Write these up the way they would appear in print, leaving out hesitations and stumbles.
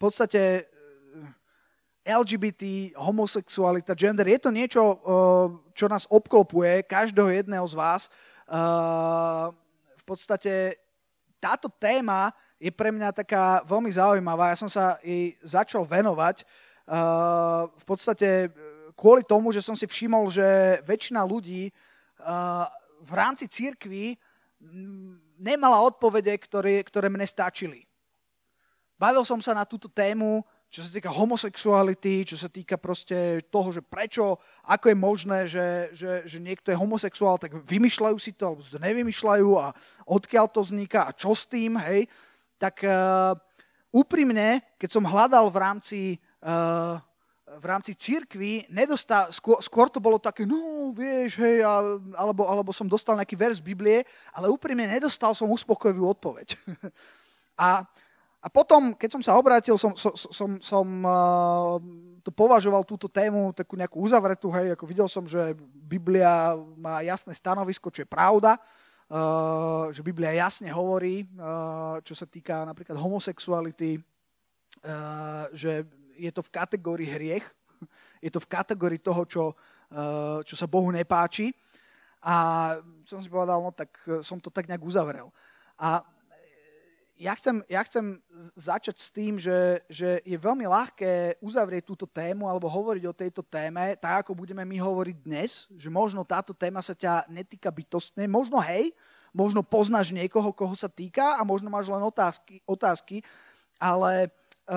podstate LGBT, homosexualita, gender, je to niečo, čo nás obklopuje, každého jedného z vás. V podstate táto téma je pre mňa taká veľmi zaujímavá. Ja som sa jej začal venovať v podstate kvôli tomu, že som si všimol, že väčšina ľudí v rámci cirkvi nemala odpovede, ktoré mne stačili. Bavil som sa na túto tému, čo sa týka homosexuality, čo sa týka proste toho, že prečo, ako je možné, že niekto je homosexuál, tak vymýšľajú si to, alebo si to nevymýšľajú a odkiaľ to vzniká a čo s tým, hej. Tak úprimne, keď som hľadal v rámci cirkvi, skôr to bolo také, no vieš, hej, alebo som dostal nejaký verš z Biblie, ale úprimne nedostal som uspokojivú odpoveď. A potom, keď som sa obrátil, som to považoval túto tému takú nejakú uzavretú, hej, ako videl som, že Biblia má jasné stanovisko, čo je pravda, že Biblia jasne hovorí, čo sa týka napríklad homosexuality, že je to v kategórii hriech, je to v kategórii toho, čo sa Bohu nepáči. A som si povedal, no tak som to tak nejak uzavrel. A ja chcem začať s tým, že je veľmi ľahké uzavrieť túto tému alebo hovoriť o tejto téme, tak ako budeme my hovoriť dnes, že možno táto téma sa ťa netýka bytostne, možno hej, možno poznáš niekoho, koho sa týka a možno máš len otázky, ale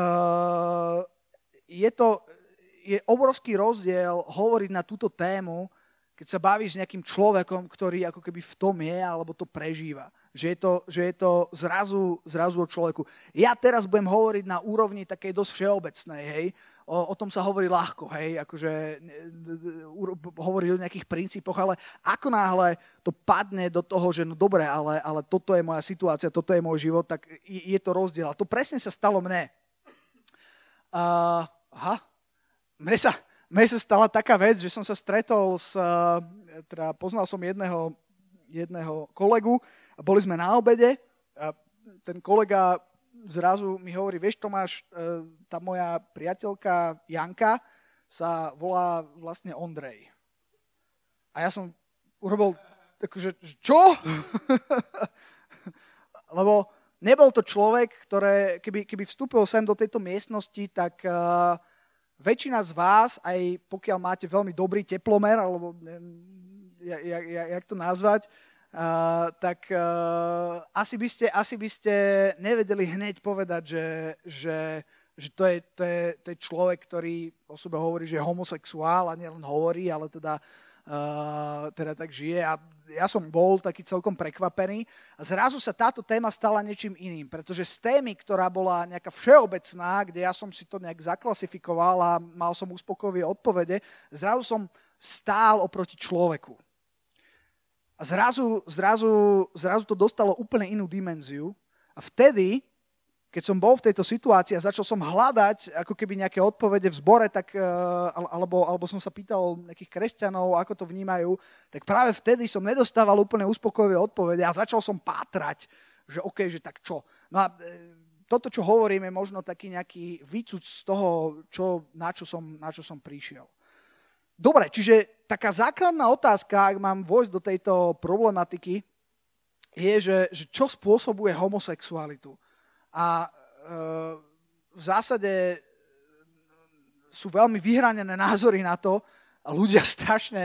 je obrovský rozdiel hovoriť na túto tému, keď sa bavíš s nejakým človekom, ktorý ako keby v tom je alebo to prežíva. Že je to zrazu o človeku. Ja teraz budem hovoriť na úrovni takej dosť všeobecnej, hej. O tom sa hovorí ľahko, hej, akože hovoriť o nejakých princípoch, ale ako náhle to padne do toho, že no dobre, ale toto je moja situácia, toto je môj život, tak je to rozdiel. A to presne sa stalo mne. Mne sa stala taká vec, že som sa stretol poznal som jedného kolegu a boli sme na obede a ten kolega zrazu mi hovorí, vieš Tomáš, tá moja priateľka Janka sa volá vlastne Ondrej. A ja som urobil akože, čo? Lebo nebol to človek, keby vstúpil sem do tejto miestnosti, tak väčšina z vás, aj pokiaľ máte veľmi dobrý teplomer, alebo jak to nazvať, tak asi by ste nevedeli hneď povedať, že to je človek, ktorý o sebe hovorí, že je homosexuál a nielen hovorí, ale teda tak žije. A ja som bol taký celkom prekvapený. A zrazu sa táto téma stala niečím iným, pretože z témy, ktorá bola nejaká všeobecná, kde ja som si to nejak zaklasifikoval a mal som uspokojivé odpovede, zrazu som stál oproti človeku. A zrazu to dostalo úplne inú dimenziu. A vtedy, keď som bol v tejto situácii a začal som hľadať ako keby nejaké odpovede v zbore, tak, alebo som sa pýtal nejakých kresťanov, ako to vnímajú, tak práve vtedy som nedostával úplne uspokojivé odpovede a začal som pátrať, že OK, že tak čo. No a toto, čo hovorím, je možno taký nejaký výcuc z toho, na čo som prišiel. Dobre, čiže taká základná otázka, ak mám vojsť do tejto problematiky, je, že čo spôsobuje homosexualitu. A v zásade sú veľmi vyhranené názory na to a ľudia strašne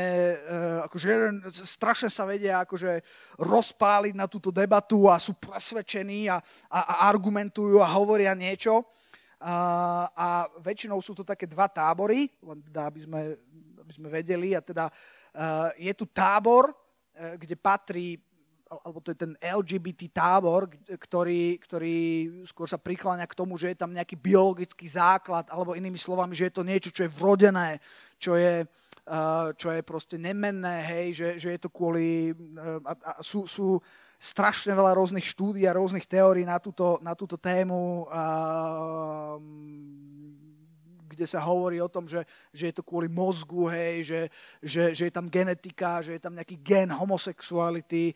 sa vedia akože rozpáliť na túto debatu a sú presvedčení a argumentujú a hovoria niečo. A väčšinou sú to také dva tábory, len teda, aby sme vedeli. A teda je tu tábor, kde patrí, alebo to je ten LGBT tábor, ktorý skôr sa prikláňa k tomu, že je tam nejaký biologický základ, alebo inými slovami, že je to niečo, čo je vrodené, čo je proste nemenné, hej, že je to kvôli... Sú strašne veľa rôznych štúdií a rôznych teórií na túto tému, kde sa hovorí o tom, že je to kvôli mozgu, hej, že je tam genetika, že je tam nejaký gen homosexuality,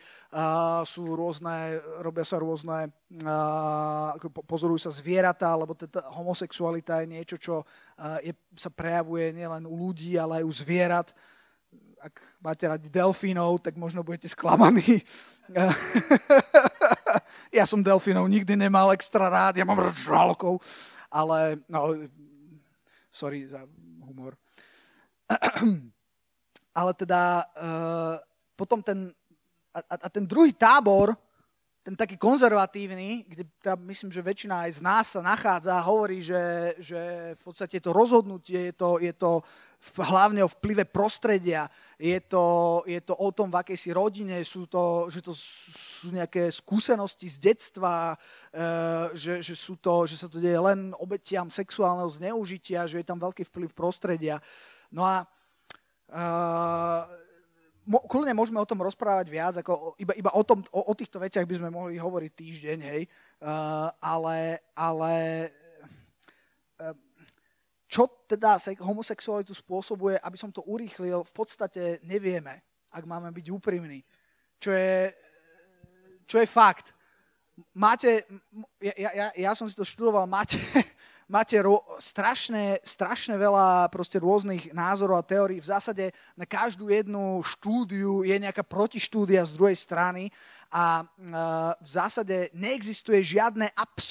robia sa rôzne, pozorujú sa zvieratá, lebo homosexualita je niečo, čo sa prejavuje nielen u ľudí, ale aj u zvierat. Ak máte radi delfínov, tak možno budete sklamaní. Ja som delfínov nikdy nemal extra rád, ja mám rád žralokov, ale no, sorry za humor. Ale teda potom ten druhý tábor, ten taký konzervatívny, kde teda myslím, že väčšina aj z nás sa nachádza, hovorí, že v podstate to rozhodnutie je to hlavne o vplyve prostredia, je to o tom, v akej si rodine, že to sú nejaké skúsenosti z detstva, že sa to deje len obetiam sexuálneho zneužitia, že je tam veľký vplyv prostredia. No a kľudne môžeme o tom rozprávať viac, ako iba o týchto veciach by sme mohli hovoriť týždeň, hej. Ale čo teda homosexualitu spôsobuje, aby som to urýchlil, v podstate nevieme, ak máme byť úprimní. Čo je fakt. Ja som si to študoval, máte strašne veľa proste rôznych názorov a teórií. V zásade na každú jednu štúdiu je nejaká protištúdia z druhej strany a v zásade neexistuje žiadny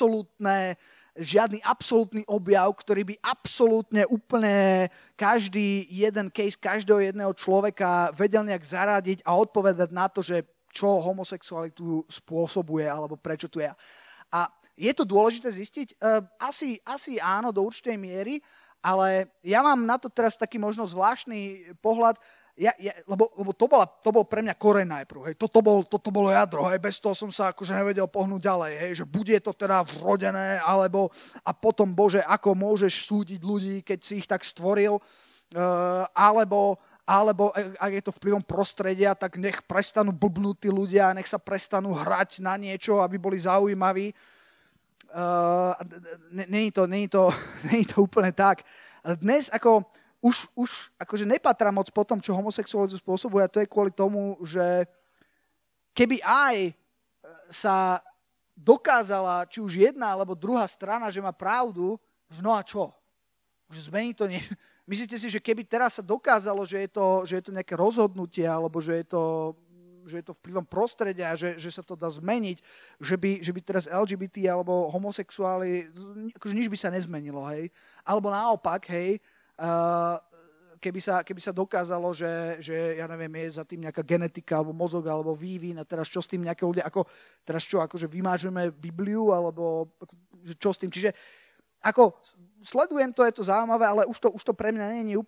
absolútny objav, ktorý by absolútne úplne každý jeden case, každého jedného človeka vedel nejak zaradiť a odpovedať na to, že čo homosexualitu spôsobuje alebo prečo tu je. A je to dôležité zistiť? Asi áno, do určitej miery, ale ja mám na to teraz taký možno zvláštny pohľad, lebo to bol pre mňa koreň najprv. Hej. Toto bolo jadro, hej. Bez toho som sa akože nevedel pohnúť ďalej. Hej. Že bude to teda vrodené, a potom, Bože, ako môžeš súdiť ľudí, keď si ich tak stvoril, alebo ak je to vplyvom prostredia, tak nech prestanú blbnúť tí ľudia, nech sa prestanú hrať na niečo, aby boli zaujímaví. Není to úplne tak. Dnes už akože nepatrá moc po tom, čo homosexualitu spôsobuje, a to je kvôli tomu, že keby aj sa dokázala, či už jedna alebo druhá strana, že má pravdu, no a čo? Že zmení to Myslíte si, že keby teraz sa dokázalo, že je to nejaké rozhodnutie, alebo že je to vplyvom prostredia, že sa to dá zmeniť, že by teraz LGBT alebo homosexuáli, akože nič by sa nezmenilo, hej? Alebo naopak, hej, keby sa dokázalo, že ja neviem, je za tým nejaká genetika alebo mozog alebo vývin a teraz čo s tým nejaké ľudia, teraz čo, akože vymážeme Bibliu alebo čo s tým, čiže sledujem to, je to zaujímavé, ale už to pre mňa nie je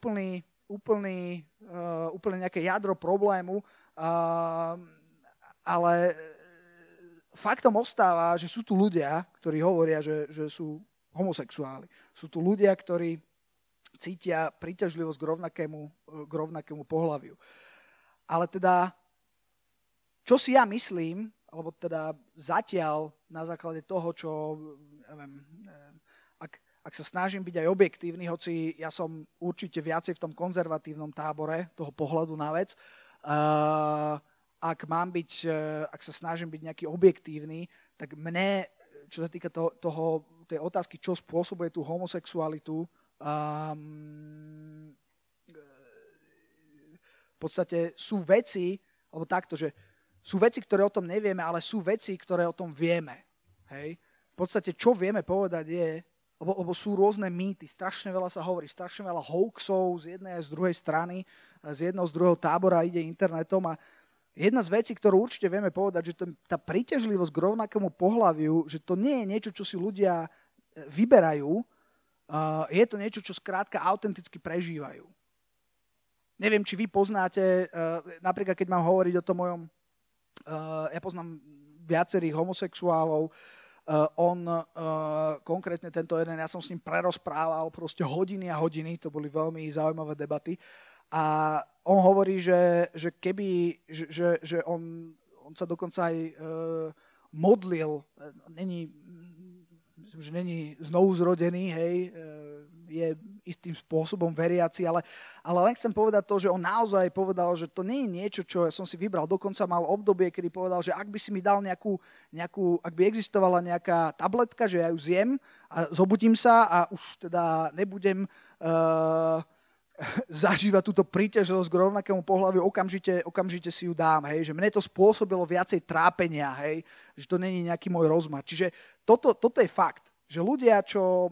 úplne nejaké jadro problému, ale faktom ostáva, že sú tu ľudia, ktorí hovoria, že sú homosexuáli. Sú tu ľudia, ktorí cítia príťažlivosť k rovnakému pohlaviu. Ale teda, čo si ja myslím, alebo teda zatiaľ na základe toho, čo neviem, ak sa snažím byť aj objektívny, hoci ja som určite viacej v tom konzervatívnom tábore toho pohľadu na vec, ak sa snažím byť nejaký objektívny, tak mne, čo sa týka tej otázky, čo spôsobuje tú homosexualitu, v podstate sú veci, alebo takto, že sú veci, ktoré o tom nevieme, ale sú veci, ktoré o tom vieme. Hej? V podstate, čo vieme povedať je, lebo sú rôzne mýty, strašne veľa sa hovorí, strašne veľa hoaxov z jednej a z druhej strany, z jedného, z druhého tábora ide internetom a jedna z vecí, ktorú určite vieme povedať, že tá príťažlivosť k rovnakému pohlaviu, že to nie je niečo, čo si ľudia vyberajú, je to niečo, čo skrátka autenticky prežívajú. Neviem, či vy poznáte, napríklad keď mám hovoriť o tom mojom, ja poznám viacerých homosexuálov, konkrétne tento jeden, ja som s ním prerozprával proste hodiny a hodiny, to boli veľmi zaujímavé debaty a on hovorí, že on sa dokonca aj modlil, myslím, že není znovu zrodený, hej, je istým spôsobom veriaci, ale len chcem povedať to, že on naozaj povedal, že to nie je niečo, čo som si vybral. Dokonca mal obdobie, kedy povedal, že ak by si mi dal nejakú ak by existovala nejaká tabletka, že ja ju zjem a zobudím sa a už teda nebudem zažívať túto príťažlivosť k rovnakému pohľaviu, okamžite si ju dám, hej, že mne to spôsobilo viacej trápenia, hej, že to není nejaký môj rozmar. Čiže toto je fakt, že ľudia, čo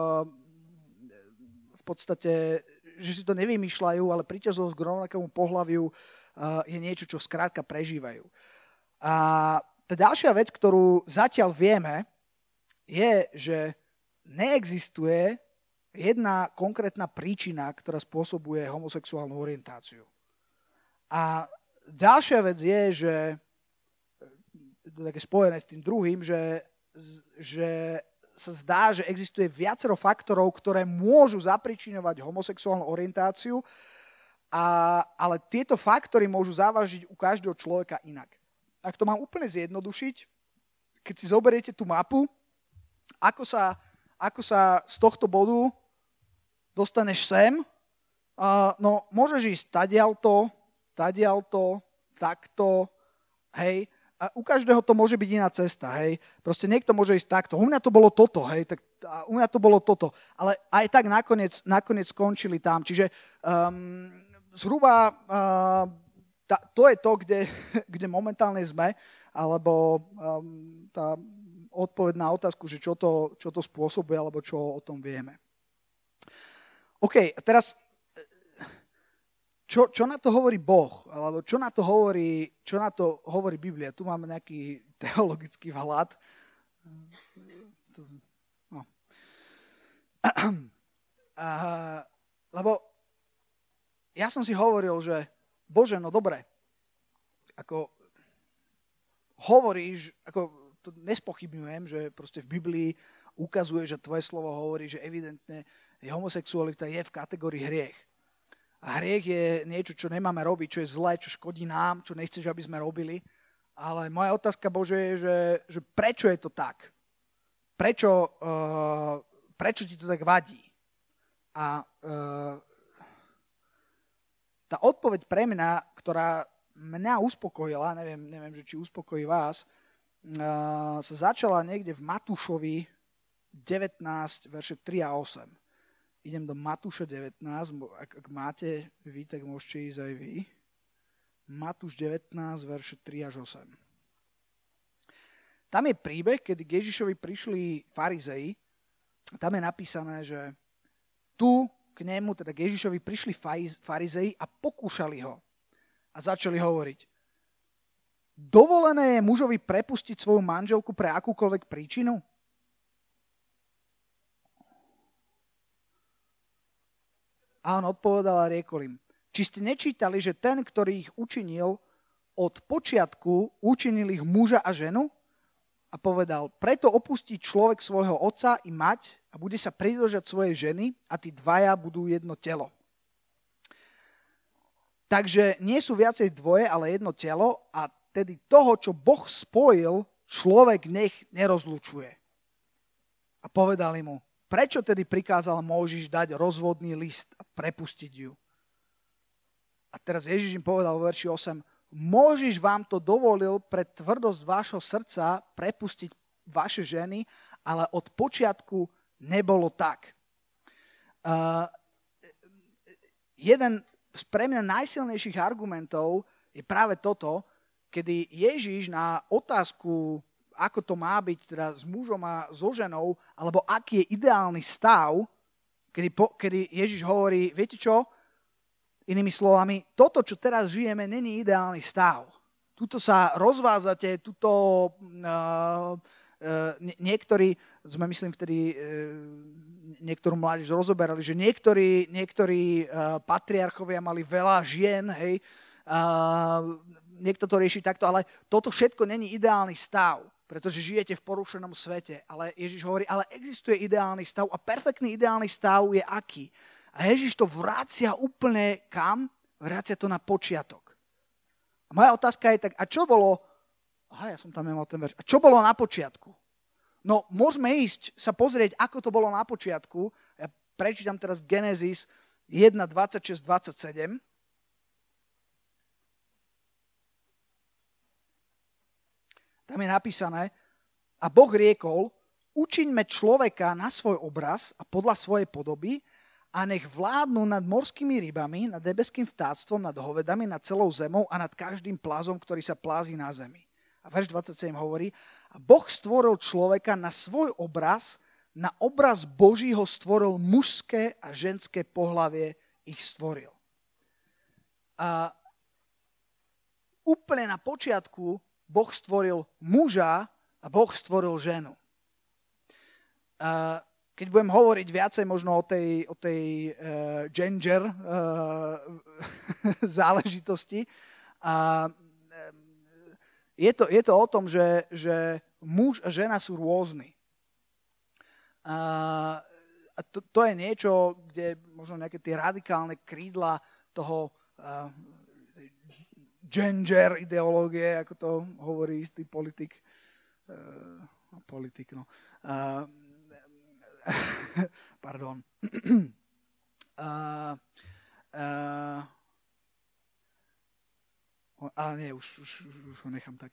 v podstate, že si to nevymýšľajú, ale príťažlivosť k rovnakému pohľaviu je niečo, čo skrátka prežívajú. A tá ďalšia vec, ktorú zatiaľ vieme, je, že neexistuje jedna konkrétna príčina, ktorá spôsobuje homosexuálnu orientáciu. A ďalšia vec je, že to je také spojené s tým druhým, že sa zdá, že existuje viacero faktorov, ktoré môžu zapričiňovať homosexuálnu orientáciu, ale tieto faktory môžu závažiť u každého človeka inak. Ak to mám úplne zjednodušiť, keď si zoberiete tú mapu, ako sa z tohto bodu dostaneš sem, no môžeš ísť tadiaľto, takto, hej, a u každého to môže byť iná cesta, hej. Proste niekto môže ísť takto. U mňa to bolo toto, hej, tak u mňa to bolo toto. Ale aj tak nakoniec skončili tam. Čiže zhruba to je to, kde momentálne sme, alebo tá odpoveď na otázku, že čo to spôsobuje, alebo čo o tom vieme. OK, a teraz čo na to hovorí Boh? Alebo čo na to hovorí Biblia? Tu máme nejaký teologický vhľad. No. Lebo ja som si hovoril, že Bože, no dobre, ako hovoríš, ako to nespochybňujem, že proste v Biblii ukazuje, že tvoje slovo hovorí, že evidentne homosexualita je v kategórii hriech. A hriech je niečo, čo nemáme robiť, čo je zlé, čo škodí nám, čo nechceš, aby sme robili. Ale moja otázka, Bože, je, že prečo je to tak? Prečo ti to tak vadí? A tá odpoveď pre mňa, ktorá mňa uspokojila, neviem, že či uspokojí vás, sa začala niekde v Matúšovi 19, verše 3 a 8. Idem do Matúša 19, ak máte vy, tak môžete ísť aj vy. Matúš 19, verše 3 až 8. Tam je príbeh, kedy k Ježišovi prišli farizei. Tam je napísané, že tu k nemu, teda k Ježišovi, prišli farizei a pokúšali ho. A začali hovoriť: dovolené je mužovi prepustiť svoju manželku pre akúkoľvek príčinu? A on odpovedal a riekol im: či ste nečítali, že ten, ktorý ich učinil, od počiatku učinil ich muža a ženu? A povedal: preto opustí človek svojho otca i mať a bude sa pridržať svojej ženy a tí dvaja budú jedno telo. Takže nie sú viacej dvoje, ale jedno telo, a tedy toho, čo Boh spojil, človek nech nerozlučuje. A povedali mu: prečo tedy prikázal Mojžiš dať rozvodný list a prepustiť ju? A teraz Ježiš im povedal vo verši 8: Mojžiš vám to dovolil pre tvrdosť vášho srdca prepustiť vaše ženy, ale od počiatku nebolo tak. Jeden z pre mňa najsilnejších argumentov je práve toto, kedy Ježiš na otázku, ako to má byť teda s mužom a so ženou, alebo aký je ideálny stav, kedy Ježiš hovorí: viete čo? Inými slovami, toto, čo teraz žijeme, není ideálny stav. Tuto sa rozvázate, niektorí, sme myslím vtedy niektorú mládež rozoberali, že niektorí patriarchovia mali veľa žien, hej, niekto to rieši takto, ale toto všetko není ideálny stav, pretože žijete v porušenom svete. Ale Ježiš hovorí, ale existuje ideálny stav a perfektný ideálny stav je aký? A Ježiš to vracia úplne kam? Vracia to na počiatok. A moja otázka je tak, a čo bolo... Aha, ja som tam nemal ten verš. A čo bolo na počiatku? No, môžeme ísť sa pozrieť, ako to bolo na počiatku. Ja prečítam teraz Genesis 1, 26, 27. Tam je napísané, a Boh riekol, učiňme človeka na svoj obraz a podľa svojej podoby a nech vládnu nad morskými rybami, nad nebeským vtáctvom, nad hovedami, nad celou zemou a nad každým plazom, ktorý sa plází na zemi. A verš 27 hovorí, a Boh stvoril človeka na svoj obraz, na obraz Boží ho stvoril, mužské a ženské pohlavie ich stvoril. A úplne na počiatku Boh stvoril muža a Boh stvoril ženu. Keď budem hovoriť viacej možno o tej gender záležitosti, je to o tom, že muž a žena sú rôzni. A to je niečo, kde možno nejaké tie radikálne krídla toho gender ideológie, ako to hovorí istý politik. Pardon. Ale nie, už ho nechám tak.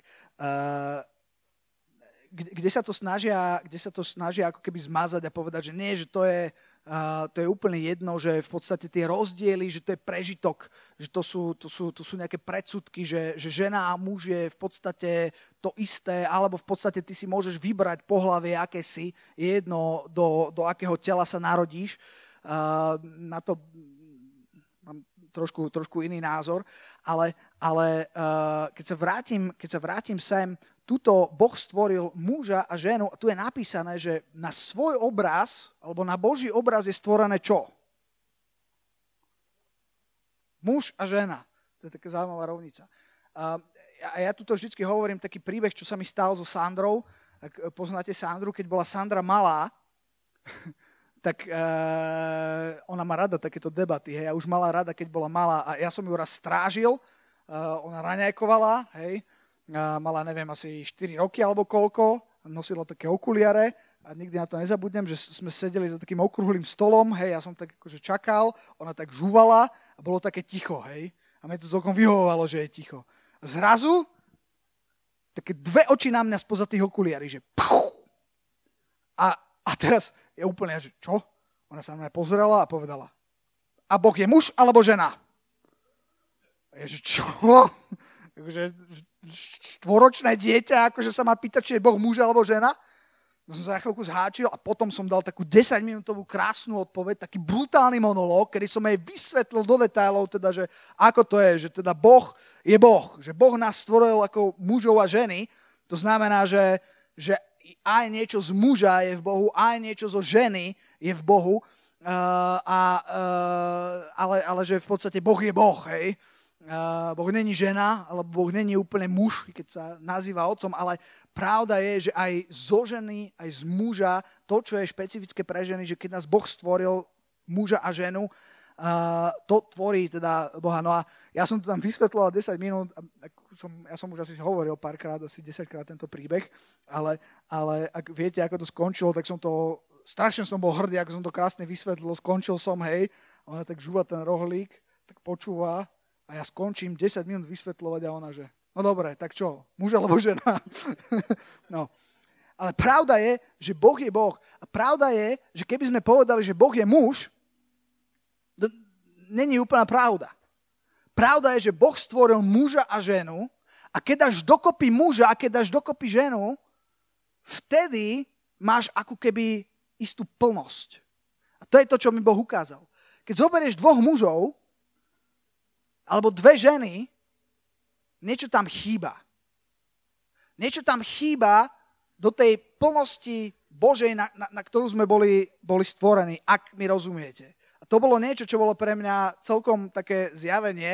Kde sa to snažia ako keby zmazať a povedať, že nie, že to je úplne jedno, že v podstate tie rozdiely, že to je prežitok, že to sú nejaké predsudky, že žena a muž je v podstate to isté, alebo v podstate ty si môžeš vybrať pohlavie, aké si, je jedno, do akého tela sa narodíš. Na to mám trošku iný názor, ale keď sa vrátim sem, tuto Boh stvoril muža a ženu a tu je napísané, že na svoj obraz, alebo na Boží obraz je stvorené čo? Muž a žena. To je taká zaujímavá rovnica. A ja tuto vždycky hovorím taký príbeh, čo sa mi stalo so Sandrou. Ak poznáte Sandru, keď bola Sandra malá, tak ona má rada takéto debaty. Hej. Ja už mala rada, keď bola malá a ja som ju raz strážil, ona raňajkovala, hej. Mala, neviem, asi 4 roky alebo koľko, nosila také okuliare a nikdy na to nezabudnem, že sme sedeli za takým okrúhlym stolom, hej, ja som tak akože čakal, ona tak žúvala a bolo také ticho, hej. A mne to celkom vyhovovalo, že je ticho. A zrazu také 2 oči na mňa spoza tých okuliarí, že pau! A teraz je úplne, že čo? Ona sa na mňa pozerala a povedala, a Boh je muž alebo žena? A je, že čo? Takže 4-ročné dieťa, akože sa ma pýta, či je Boh muž alebo žena. Som sa za chvíľku zháčil a potom som dal takú 10-minútovú krásnu odpoveď, taký brutálny monológ, kedy som jej vysvetlil do detailov, teda, že ako to je, že teda Boh je Boh, že Boh nás stvoril ako mužov a ženy. To znamená, že aj niečo z muža je v Bohu, aj niečo zo ženy je v Bohu, ale že v podstate Boh je Boh, hej. Boh není žena, alebo Boh není úplne muž, keď sa nazýva otcom, ale pravda je, že aj zo ženy, aj z muža, to, čo je špecifické pre ženy, že keď nás Boh stvoril muža a ženu, to tvorí teda Boha. No a ja som to tam vysvetloval 10 minút, ja som už asi hovoril párkrát, asi 10-krát tento príbeh, ale ak viete, ako to skončilo, tak strašne som bol hrdý, ako som to krásne vysvetlil, skončil som, hej, ona tak žúva ten rohlík, tak počúva, a ja skončím 10 minút vysvetľovať a ona, že no dobre, tak čo, muž alebo žena? No. Ale pravda je, že Boh je Boh. A pravda je, že keby sme povedali, že Boh je muž, to není úplná pravda. Pravda je, že Boh stvoril muža a ženu a keď dáš dokopy muža a keď dáš dokopy ženu, vtedy máš ako keby istú plnosť. A to je to, čo mi Boh ukázal. Keď zoberieš 2 mužov, alebo 2 ženy, niečo tam chýba. Niečo tam chýba do tej plnosti Božej, na ktorú sme boli stvorení, ak mi rozumiete. A to bolo niečo, čo bolo pre mňa celkom také zjavenie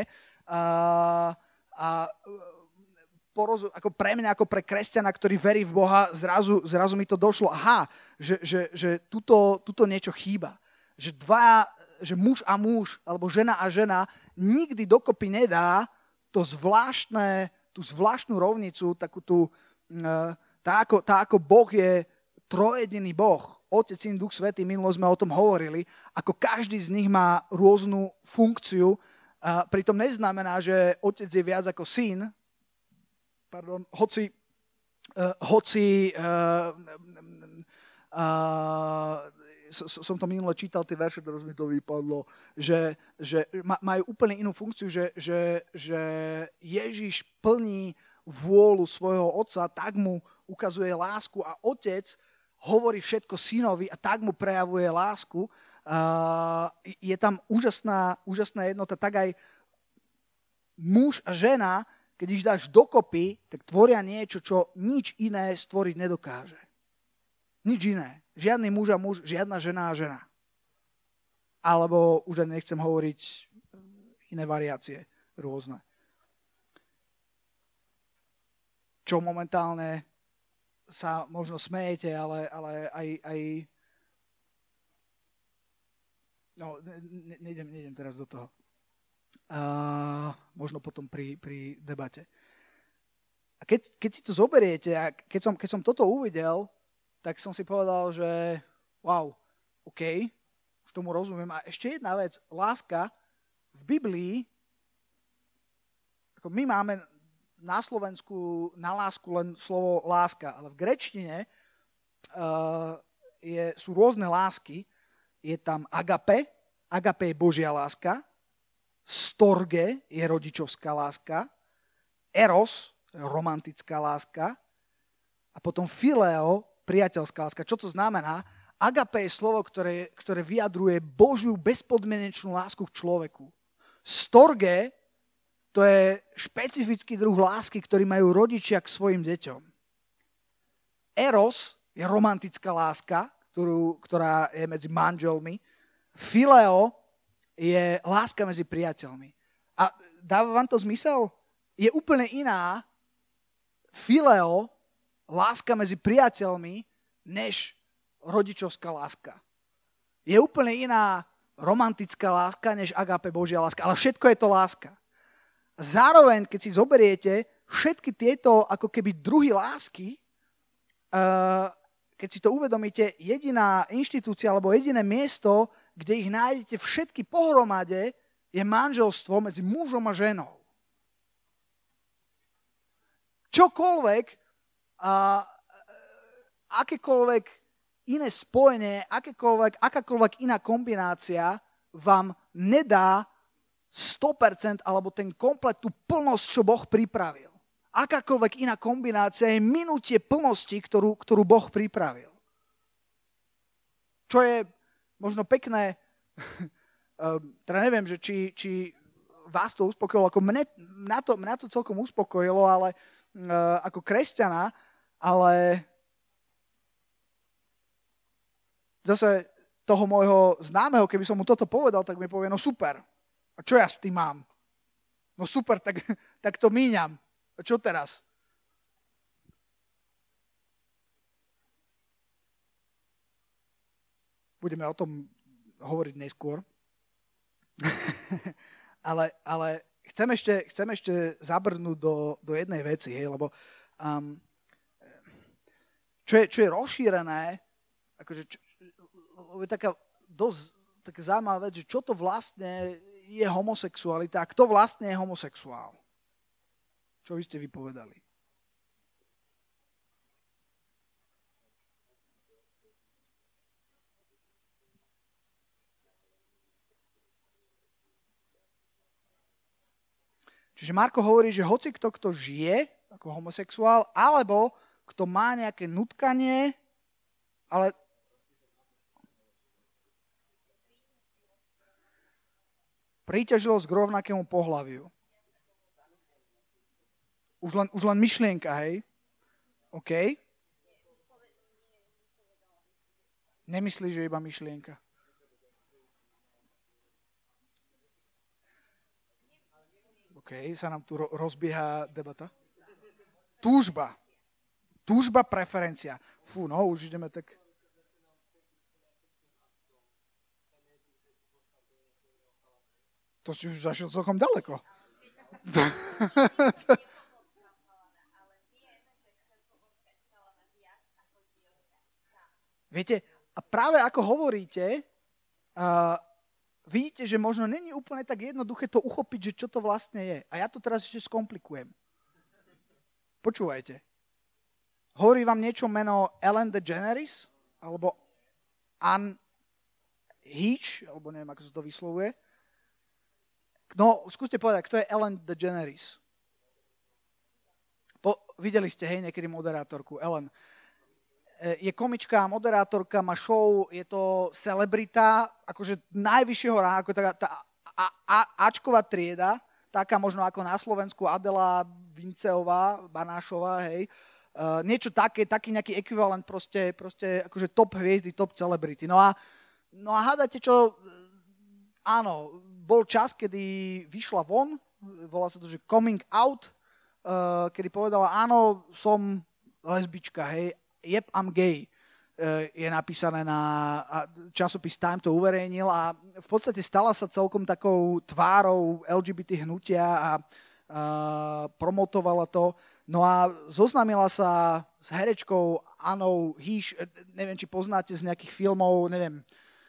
ako pre mňa, ako pre kresťana, ktorý verí v Boha, zrazu mi to došlo. Aha, že tuto niečo chýba. Že muž a muž, alebo žena a žena nikdy dokopy nedá tú zvláštnu rovnicu, takú tú, tá ako Boh je trojediný Boh. Otec, Syn, Duch Svätý, minulo sme o tom hovorili, ako každý z nich má rôznu funkciu, pritom neznamená, že Otec je viac ako Syn, som to minule čítal, tie verše, ktoré mi to vypadlo, že majú úplne inú funkciu, že Ježiš plní vôľu svojho otca, tak mu ukazuje lásku a otec hovorí všetko synovi a tak mu prejavuje lásku. Je tam úžasná jednota, tak aj muž a žena, keď ich dáš dokopy, tak tvoria niečo, čo nič iné stvoriť nedokáže. Nič iné. Žiadny muž a muž, žiadna žena a žena. Alebo už aj nechcem hovoriť iné variácie rôzne. Čo momentálne sa možno smejete, ale aj no, nejdem teraz do toho. Možno potom pri debate. A keď si to zoberiete, a keď som toto uvidel, tak som si povedal, že wow, OK, už tomu rozumiem. A ešte jedna vec, láska v Biblii, ako my máme na Slovensku na lásku len slovo láska, ale v gréčtine sú rôzne lásky. Je tam agape je Božia láska, storge je rodičovská láska, eros je romantická láska a potom phileo priateľská láska. Čo to znamená? Agape je slovo, ktoré vyjadruje Božiu bezpodmienečnú lásku k človeku. Storge to je špecifický druh lásky, ktorý majú rodičia k svojim deťom. Eros je romantická láska, ktorá je medzi manželmi. Phileo je láska medzi priateľmi. A dáva vám to zmysel? Je úplne iná phileo, láska medzi priateľmi, než rodičovská láska. Je úplne iná romantická láska, než agape Božia láska. Ale všetko je to láska. Zároveň, keď si zoberiete všetky tieto ako keby druhy lásky, keď si to uvedomíte, jediná inštitúcia alebo jediné miesto, kde ich nájdete všetky pohromade, je manželstvo medzi mužom a ženou. Čokoľvek, akékoľvek iné spojenie, akákoľvek iná kombinácia vám nedá 100% alebo ten komplet, tú plnosť, čo Boh pripravil. Akákoľvek iná kombinácia je minutie plnosti, ktorú Boh pripravil. Čo je možno pekné, teda neviem, že či vás to uspokojilo, ako mňa to celkom uspokojilo, ale ako kresťana, ale zase toho môjho známeho, keby som mu toto povedal, tak mi povie, no super, a čo ja s tým mám? No super, tak to míňam. A čo teraz? Budeme o tom hovoriť neskôr. ale chcem ešte zabrnúť do jednej veci, hej, lebo čo je rozšírené, akože je taká dosť taká zaujímavá vec, že čo to vlastne je homosexualita a kto vlastne je homosexuál. Čo vy ste vypovedali? Čiže Marko hovorí, že hoci kto žije ako homosexuál, alebo kto má nejaké nutkanie, ale príťažlivosť k rovnakému pohlaviu. Už len myšlienka, hej? OK? Nemyslíš, že iba myšlienka. OK, sa nám tu rozbieha debata. Túžba. Túžba, preferencia. Fú, no, už ideme tak... To si už zašiel celkom ďaleko. Viete, A práve ako hovoríte, vidíte, že možno není úplne tak jednoduché to uchopiť, že čo to vlastne je. A ja to teraz ešte skomplikujem. Počúvajte. Hovorí vám niečo meno Ellen DeGeneres? Alebo Anne Heche? Alebo neviem, ako sa to vyslovuje. No, skúste povedať, kto je Ellen DeGeneres? Videli ste, hej, niekedy moderátorku Ellen. Je komička, moderátorka, má show, je to celebrita, akože najvyššieho rána, ako tá Ačková trieda, taká možno ako na Slovensku Adela Vinceová, Banášová, hej. Niečo také, taký nejaký ekvivalent proste akože top hviezdy, top celebrity. No a hádate čo, áno, bol čas, kedy vyšla von, volá sa to, že coming out, kedy povedala, áno, som lesbička, hej, yep, I'm gay, je napísané na časopis Time to uverejnil a v podstate stala sa celkom takou tvárou LGBT hnutia a promotovala to. No a zoznámila sa s herečkou Annou Heche, neviem, či poznáte z nejakých filmov, neviem.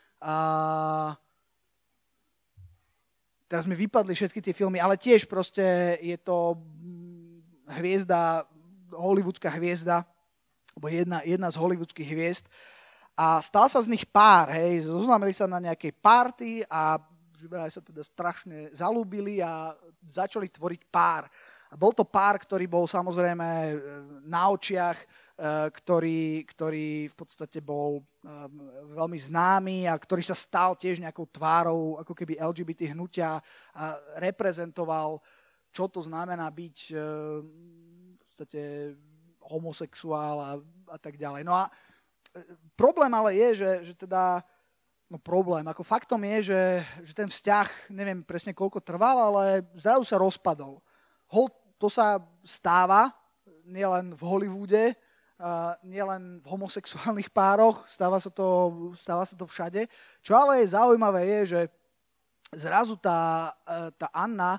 Teraz mi vypadli všetky tie filmy, ale tiež proste je to hviezda, hollywoodská hviezda, alebo jedna z hollywoodských hviezd. A stal sa z nich pár, hej, zoznámili sa na nejakej party a sa teda strašne zalúbili a začali tvoriť pár. A bol to pár, ktorý bol samozrejme na očiach, ktorý v podstate bol veľmi známy a ktorý sa stal tiež nejakou tvárou ako keby LGBT hnutia a reprezentoval, čo to znamená byť v podstate homosexuál a tak ďalej. No a problém ale je, že teda, no problém, ako faktom je, že ten vzťah, neviem presne koľko trval, ale zrazu sa rozpadol. To sa stáva nielen v Hollywoode, nielen v homosexuálnych pároch, stáva sa to všade. Čo ale je zaujímavé je, že zrazu tá Anna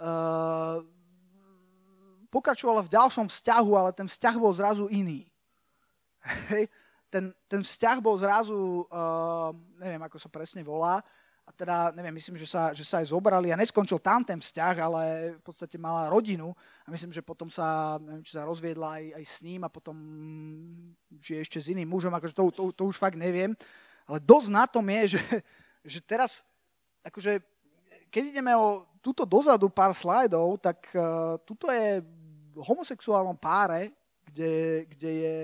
pokračovala v ďalšom vzťahu, ale ten vzťah bol zrazu iný. Hej. Ten vzťah bol zrazu, neviem, ako sa presne volá, a teda, neviem, myslím, že sa aj zobrali a neskončil tam ten vzťah, ale v podstate mala rodinu a myslím, že potom sa, neviem, či sa rozviedla aj s ním a potom, či ešte s iným mužom, akože to už fakt neviem, ale dosť na tom je, že teraz, akože, keď ideme o túto dozadu pár slajdov, tak tuto je v homosexuálnom páre, kde je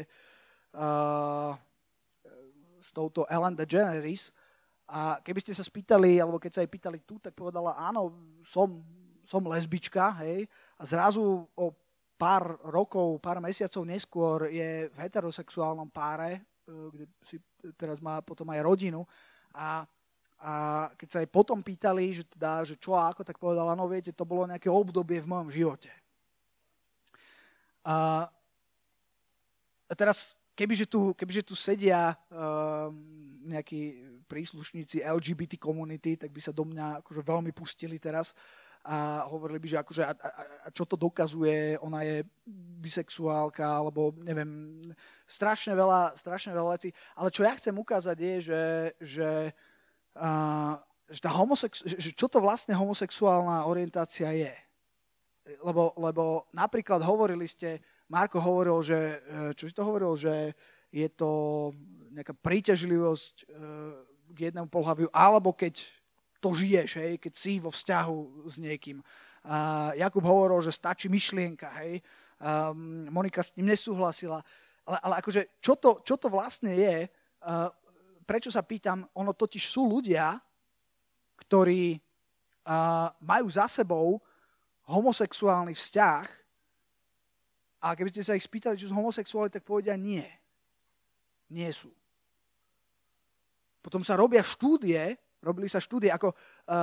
s touto Ellen DeGeneres. A keby ste sa spýtali, alebo keď sa jej pýtali tu, tak povedala, áno, som lesbička, hej. A zrazu o pár rokov, pár mesiacov neskôr je v heterosexuálnom páre, kde si teraz má potom aj rodinu. A keď sa jej potom pýtali, že čo a ako, tak povedala, no viete, to bolo nejaké obdobie v mojom živote. A teraz, kebyže tu sedia nejakí príslušníci LGBT komunity, tak by sa do mňa akože veľmi pustili teraz a hovorili by, že akože, a čo to dokazuje, ona je bisexuálka, alebo neviem, strašne veľa vecí. Ale čo ja chcem ukázať je, že čo to vlastne homosexuálna orientácia je. Lebo napríklad Marko hovoril, že je to nejaká príťažlivosť k jednému pohľaviu, alebo keď to žiješ, hej, keď si vo vzťahu s niekým. Jakub hovoril, že stačí myšlienka, hej. Monika s ním nesúhlasila. Ale akože, čo to vlastne je, prečo sa pýtam, ono totiž sú ľudia, ktorí majú za sebou homosexuálny vzťah a keby ste sa ich spýtali, či sú homosexuáli, tak povedia nie. Nie sú. Potom sa robili sa štúdie ako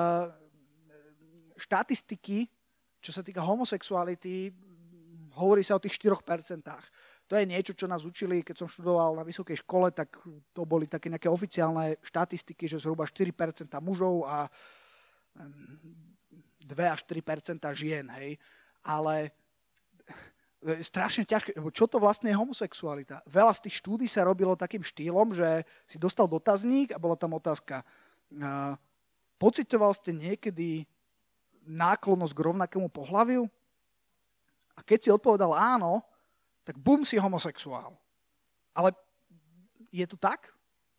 štatistiky, čo sa týka homosexuality, hovorí sa o tých 4%. To je niečo, čo nás učili, keď som študoval na vysokej škole, tak to boli také nejaké oficiálne štatistiky, že zhruba 4% mužov a 2 až 3% žien, hej. Ale strašne ťažké. Čo to vlastne je homosexualita? Veľa z tých štúdí sa robilo takým štýlom, že si dostal dotazník a bola tam otázka. Pociťoval ste niekedy náklonnosť k rovnakému pohlaviu? A keď si odpovedal áno, tak bum, si homosexuál. Ale je to tak?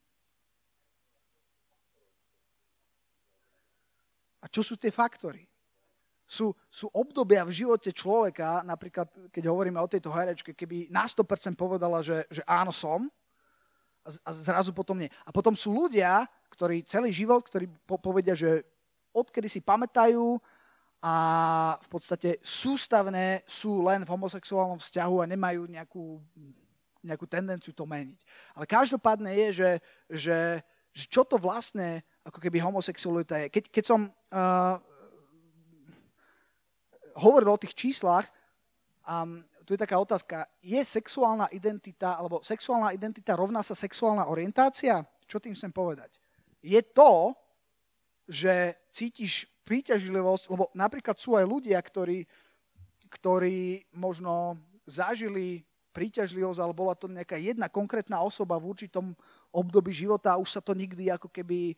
A čo sú tie faktory? Sú obdobia v živote človeka, napríklad keď hovoríme o tejto herečke, keby na 100% povedala, že áno som, a zrazu potom nie. A potom sú ľudia, ktorí celý život, ktorí povedia, že odkedy si pamätajú a v podstate sústavne sú len v homosexuálnom vzťahu a nemajú nejakú tendenciu to meniť. Ale každopádne je, že čo to vlastne ako keby homosexualita je. Keď som hovoril o tých číslach, tu je taká otázka, je sexuálna identita, alebo sexuálna identita rovná sa sexuálna orientácia? Čo tým chcem povedať? Je to, že cítiš príťažlivosť, lebo napríklad sú aj ľudia, ktorí možno zažili príťažlivosť, ale bola to nejaká jedna konkrétna osoba v určitom období života a už sa to nikdy ako keby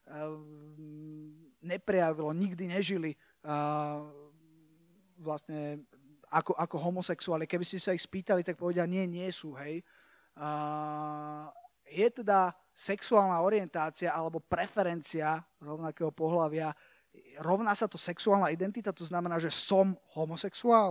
neprejavilo, nikdy nežili vlastne ako homosexuáli. Keby ste sa ich spýtali, tak povedia, nie sú, hej. Je teda sexuálna orientácia alebo preferencia rovnakého pohlavia, rovná sa to sexuálna identita, to znamená, že som homosexuál?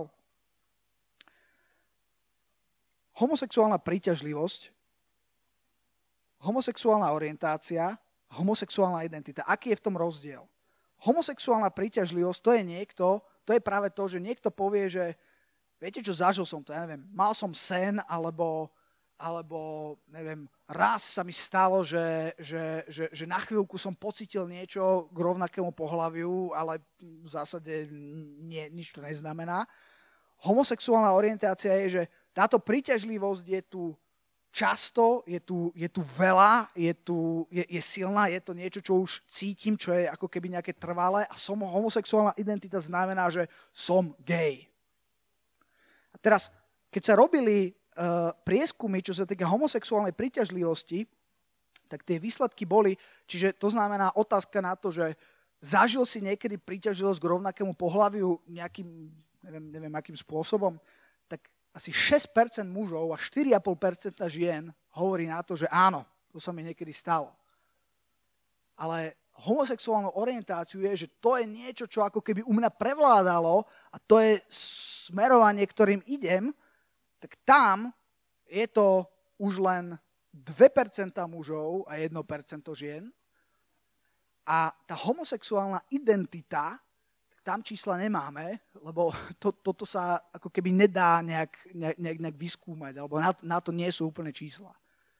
Homosexuálna príťažlivosť, homosexuálna orientácia, homosexuálna identita. Aký je v tom rozdiel? Homosexuálna príťažlivosť, to je práve to, že niekto povie, že viete čo, zažil som to, ja neviem, mal som sen, alebo neviem, raz sa mi stalo, že na chvíľku som pocítil niečo k rovnakému pohlaviu, ale v zásade nič to neznamená. Homosexuálna orientácia je, že táto príťažlivosť je tu často, je tu veľa, je silná, je to niečo, čo už cítim, čo je ako keby nejaké trvalé a homosexuálna identita znamená, že som gay. A teraz, keď sa robili prieskumy, čo sa týka homosexuálnej príťažlivosti, tak tie výsledky boli, čiže to znamená otázka na to, že zažil si niekedy príťažlivosť k rovnakému pohlaviu nejakým, neviem akým spôsobom, tak asi 6% mužov a 4,5% žien hovorí na to, že áno, to sa mi niekedy stalo. Ale homosexuálnou orientáciu je, že to je niečo, čo ako keby u mňa prevládalo a to je smerovanie, ktorým idem, tak tam je to už len 2% mužov a 1% žien. A tá homosexuálna identita, tam čísla nemáme, lebo toto sa ako keby nedá nejak vyskúmať, alebo na to nie sú úplne čísla.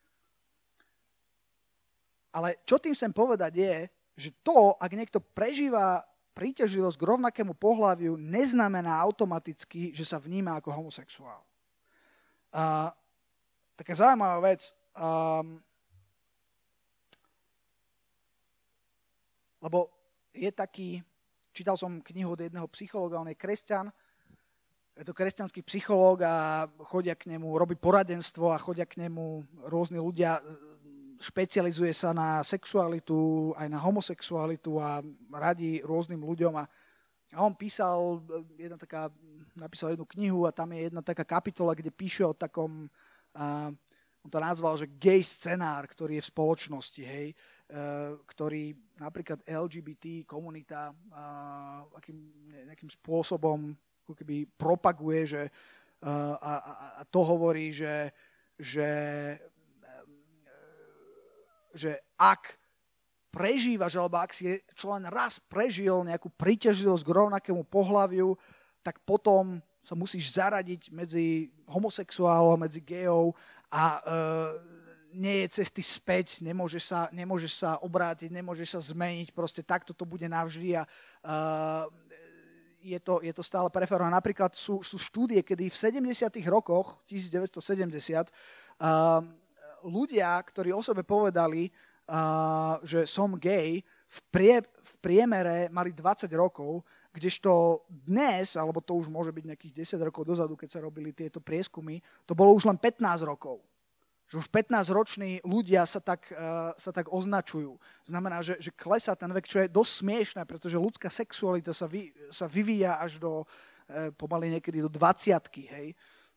Ale čo tým chcem povedať je, že to, ak niekto prežíva príťažlivosť k rovnakému pohlaviu, neznamená automaticky, že sa vníma ako homosexuál. Taká zaujímavá vec, lebo je taký, čítal som knihu od jedného psychológa, on je kresťan, je to kresťanský psychológ a chodia k nemu, robí poradenstvo a chodia k nemu rôzni ľudia, špecializuje sa na sexualitu, aj na homosexualitu a radí rôznym ľuďom a on napísal jednu knihu a tam je jedna taká kapitola, kde píše o takom, on to nazval, že gay scenár, ktorý je v spoločnosti, hej, ktorý napríklad LGBT komunita nejakým spôsobom ako keby propaguje, že, a to hovorí, že ak prežívaš, alebo ak si len raz prežil nejakú príťažlivosť k rovnakému pohlaviu, tak potom sa musíš zaradiť medzi homosexuálov, medzi gejov a nie je cesty späť, nemôžeš sa obrátiť, nemôžeš sa zmeniť, proste takto to bude navždy a je to stále preferované. Napríklad sú štúdie, kedy v 70. rokoch, 1970, ľudia, ktorí o sebe povedali, že som gay, v priemere mali 20 rokov Kdežto dnes, alebo to už môže byť nejakých 10 rokov dozadu, keď sa robili tieto prieskumy, to bolo už len 15 rokov. Že už 15-roční ľudia sa tak označujú. Znamená, že klesá ten vek, čo je dosť smiešné, pretože ľudská sexualita sa vyvíja až do pomaly niekedy do 20-ky, hej.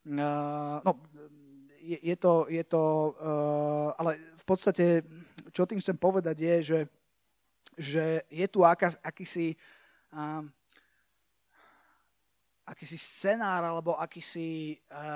Je to ale v podstate, čo tým chcem povedať je, že je tu akýsi scenár alebo akýsi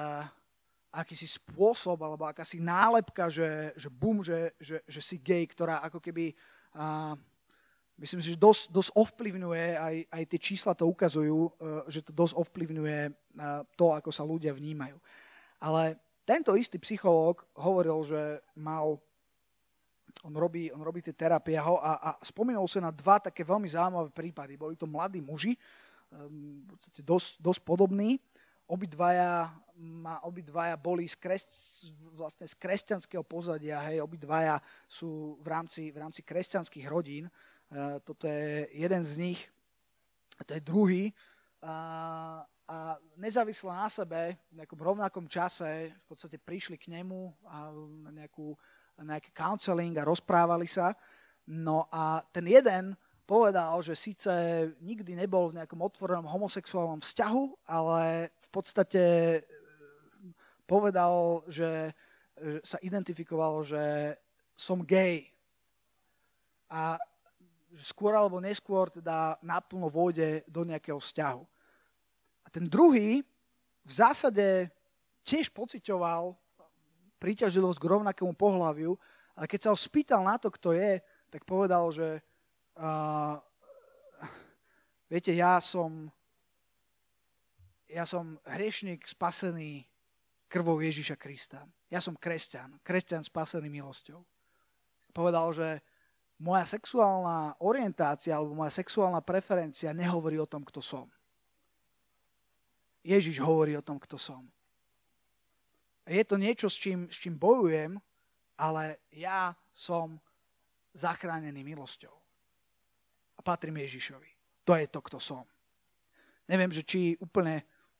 spôsob alebo akási nálepka, že si gej, ktorá ako keby myslím si, že dosť ovplyvňuje, aj tie čísla to ukazujú, že to dosť ovplyvňuje to, ako sa ľudia vnímajú. Ale tento istý psychológ hovoril, že on robí tie terapie a spomínal sa na dva také veľmi zaujímavé prípady. Boli to mladí muži, v podstate dosť podobní. Obidvaja boli vlastne z kresťanského pozadia, hej, obidvaja sú v rámci kresťanských rodín. Toto je jeden z nich, a to je druhý. A nezávisle na sebe, v nejakom rovnakom čase v podstate prišli k nemu a na nejaký counseling a rozprávali sa. No a ten jeden povedal, že síce nikdy nebol v nejakom otvorenom homosexuálnom vzťahu, ale v podstate povedal, že sa identifikoval, že som gay. A skôr alebo neskôr teda naplno vôjde do nejakého vzťahu. A ten druhý v zásade tiež pociťoval príťažlivosť k rovnakému pohlaviu, ale keď sa ho spýtal na to, kto je, tak povedal, že viete, ja som hriešnik spasený krvou Ježiša Krista. Ja som kresťan spasený milosťou. Povedal, že moja sexuálna orientácia alebo moja sexuálna preferencia nehovorí o tom, kto som. Ježiš hovorí o tom, kto som. Je to niečo, s čím bojujem, ale ja som zachránený milosťou. A patrím Ježišovi. To je to, kto som. Neviem, že či úplne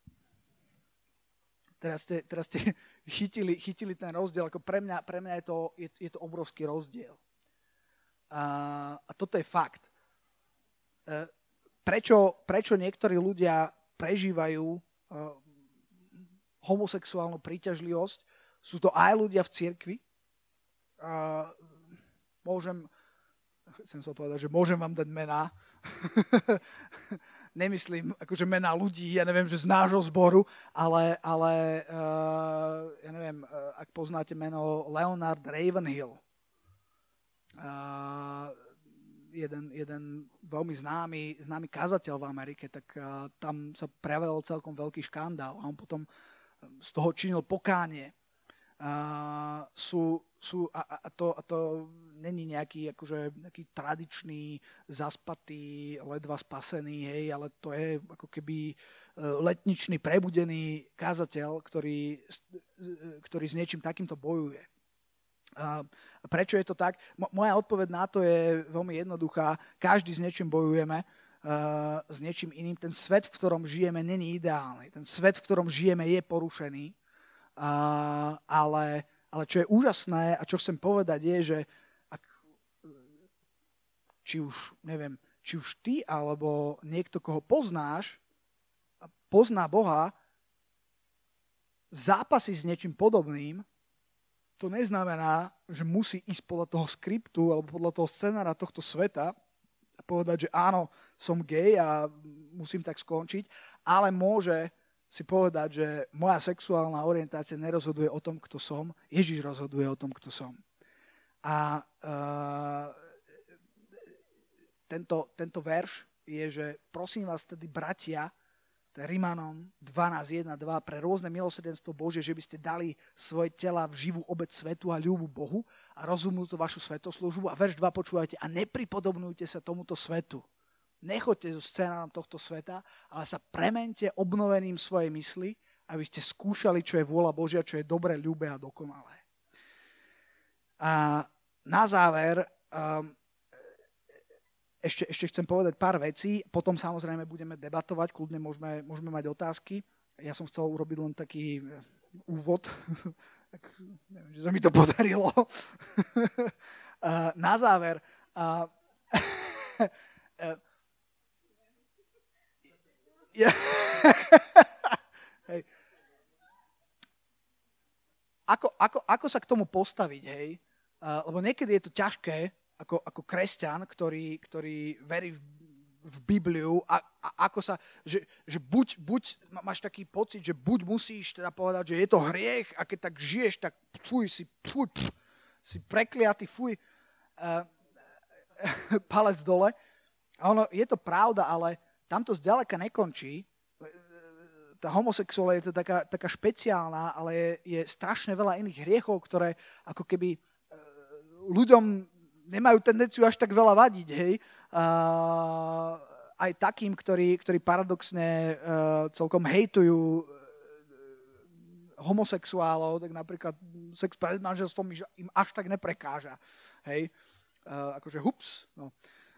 teraz ste chytili ten rozdiel, ako pre mňa je to obrovský rozdiel. A toto je fakt. Prečo niektorí ľudia prežívajú homosexuálnu príťažlivosť? Sú to aj ľudia v cirkvi. Chcem sa povedať, že môžem vám dať mená. Nemyslím akože mená ľudí, ja neviem, že z nášho zboru, ale ja neviem, ak poznáte meno Leonard Ravenhill, jeden veľmi známy kazateľ v Amerike, tak tam sa prejavil celkom veľký škandál a on potom z toho činil pokánie. To není nejaký tradičný, zaspatý, ledva spasený, hej, ale to je ako keby letničný, prebudený kazateľ, ktorý s niečím takýmto bojuje. Prečo je to tak? Moja odpoveď na to je veľmi jednoduchá. Každý s niečím bojujeme, s niečím iným. Ten svet, v ktorom žijeme, není ideálny. Ten svet, v ktorom žijeme, je porušený. Ale čo je úžasné a čo chcem povedať je, že či už ty alebo niekto, koho poznáš a pozná Boha, zápasí s niečím podobným, to neznamená, že musí ísť podľa toho skriptu alebo podľa toho scenára tohto sveta a povedať, že áno, som gej a musím tak skončiť, ale môže si povedať, že moja sexuálna orientácia nerozhoduje o tom, kto som, Ježiš rozhoduje o tom, kto som. A tento verš je, že prosím vás tedy, bratia, to je Rimanom 12.1.2, pre rôzne milosrdenstvo Božie, že by ste dali svoje tela v živú obeť svetu a ľúbu Bohu a rozumnú to vašu svetoslužbu. A verš 2 počúvajte, a nepripodobnujte sa tomuto svetu. Nechoďte so scénárom tohto sveta, ale sa premente obnovením svojej mysli, aby ste skúšali, čo je vôľa Božia, čo je dobré, ľúbe a dokonalé. A na záver, ešte chcem povedať pár vecí, potom samozrejme budeme debatovať, kľudne môžeme mať otázky. Ja som chcel urobiť len taký úvod, tak neviem, že sa mi to podarilo. Na záver, hej. Ako sa k tomu postaviť, hej? Lebo niekedy je to ťažké, ako kresťan, ktorý verí v Bibliu, a ako sa, že buď máš taký pocit, že buď musíš teda povedať, že je to hriech, a keď tak žiješ, tak si prekliatý, palec dole. A je to pravda, ale tam to zďaleka nekončí. Tá homosexuálna je to taká špeciálna, ale je strašne veľa iných hriechov, ktoré ako keby ľuďom nemajú tendenciu až tak veľa vadiť, hej. Aj takým, ktorí paradoxne celkom hejtujú homosexuálov, tak napríklad sex pred manželstvom im až tak neprekáža, hej. Akože hups, no.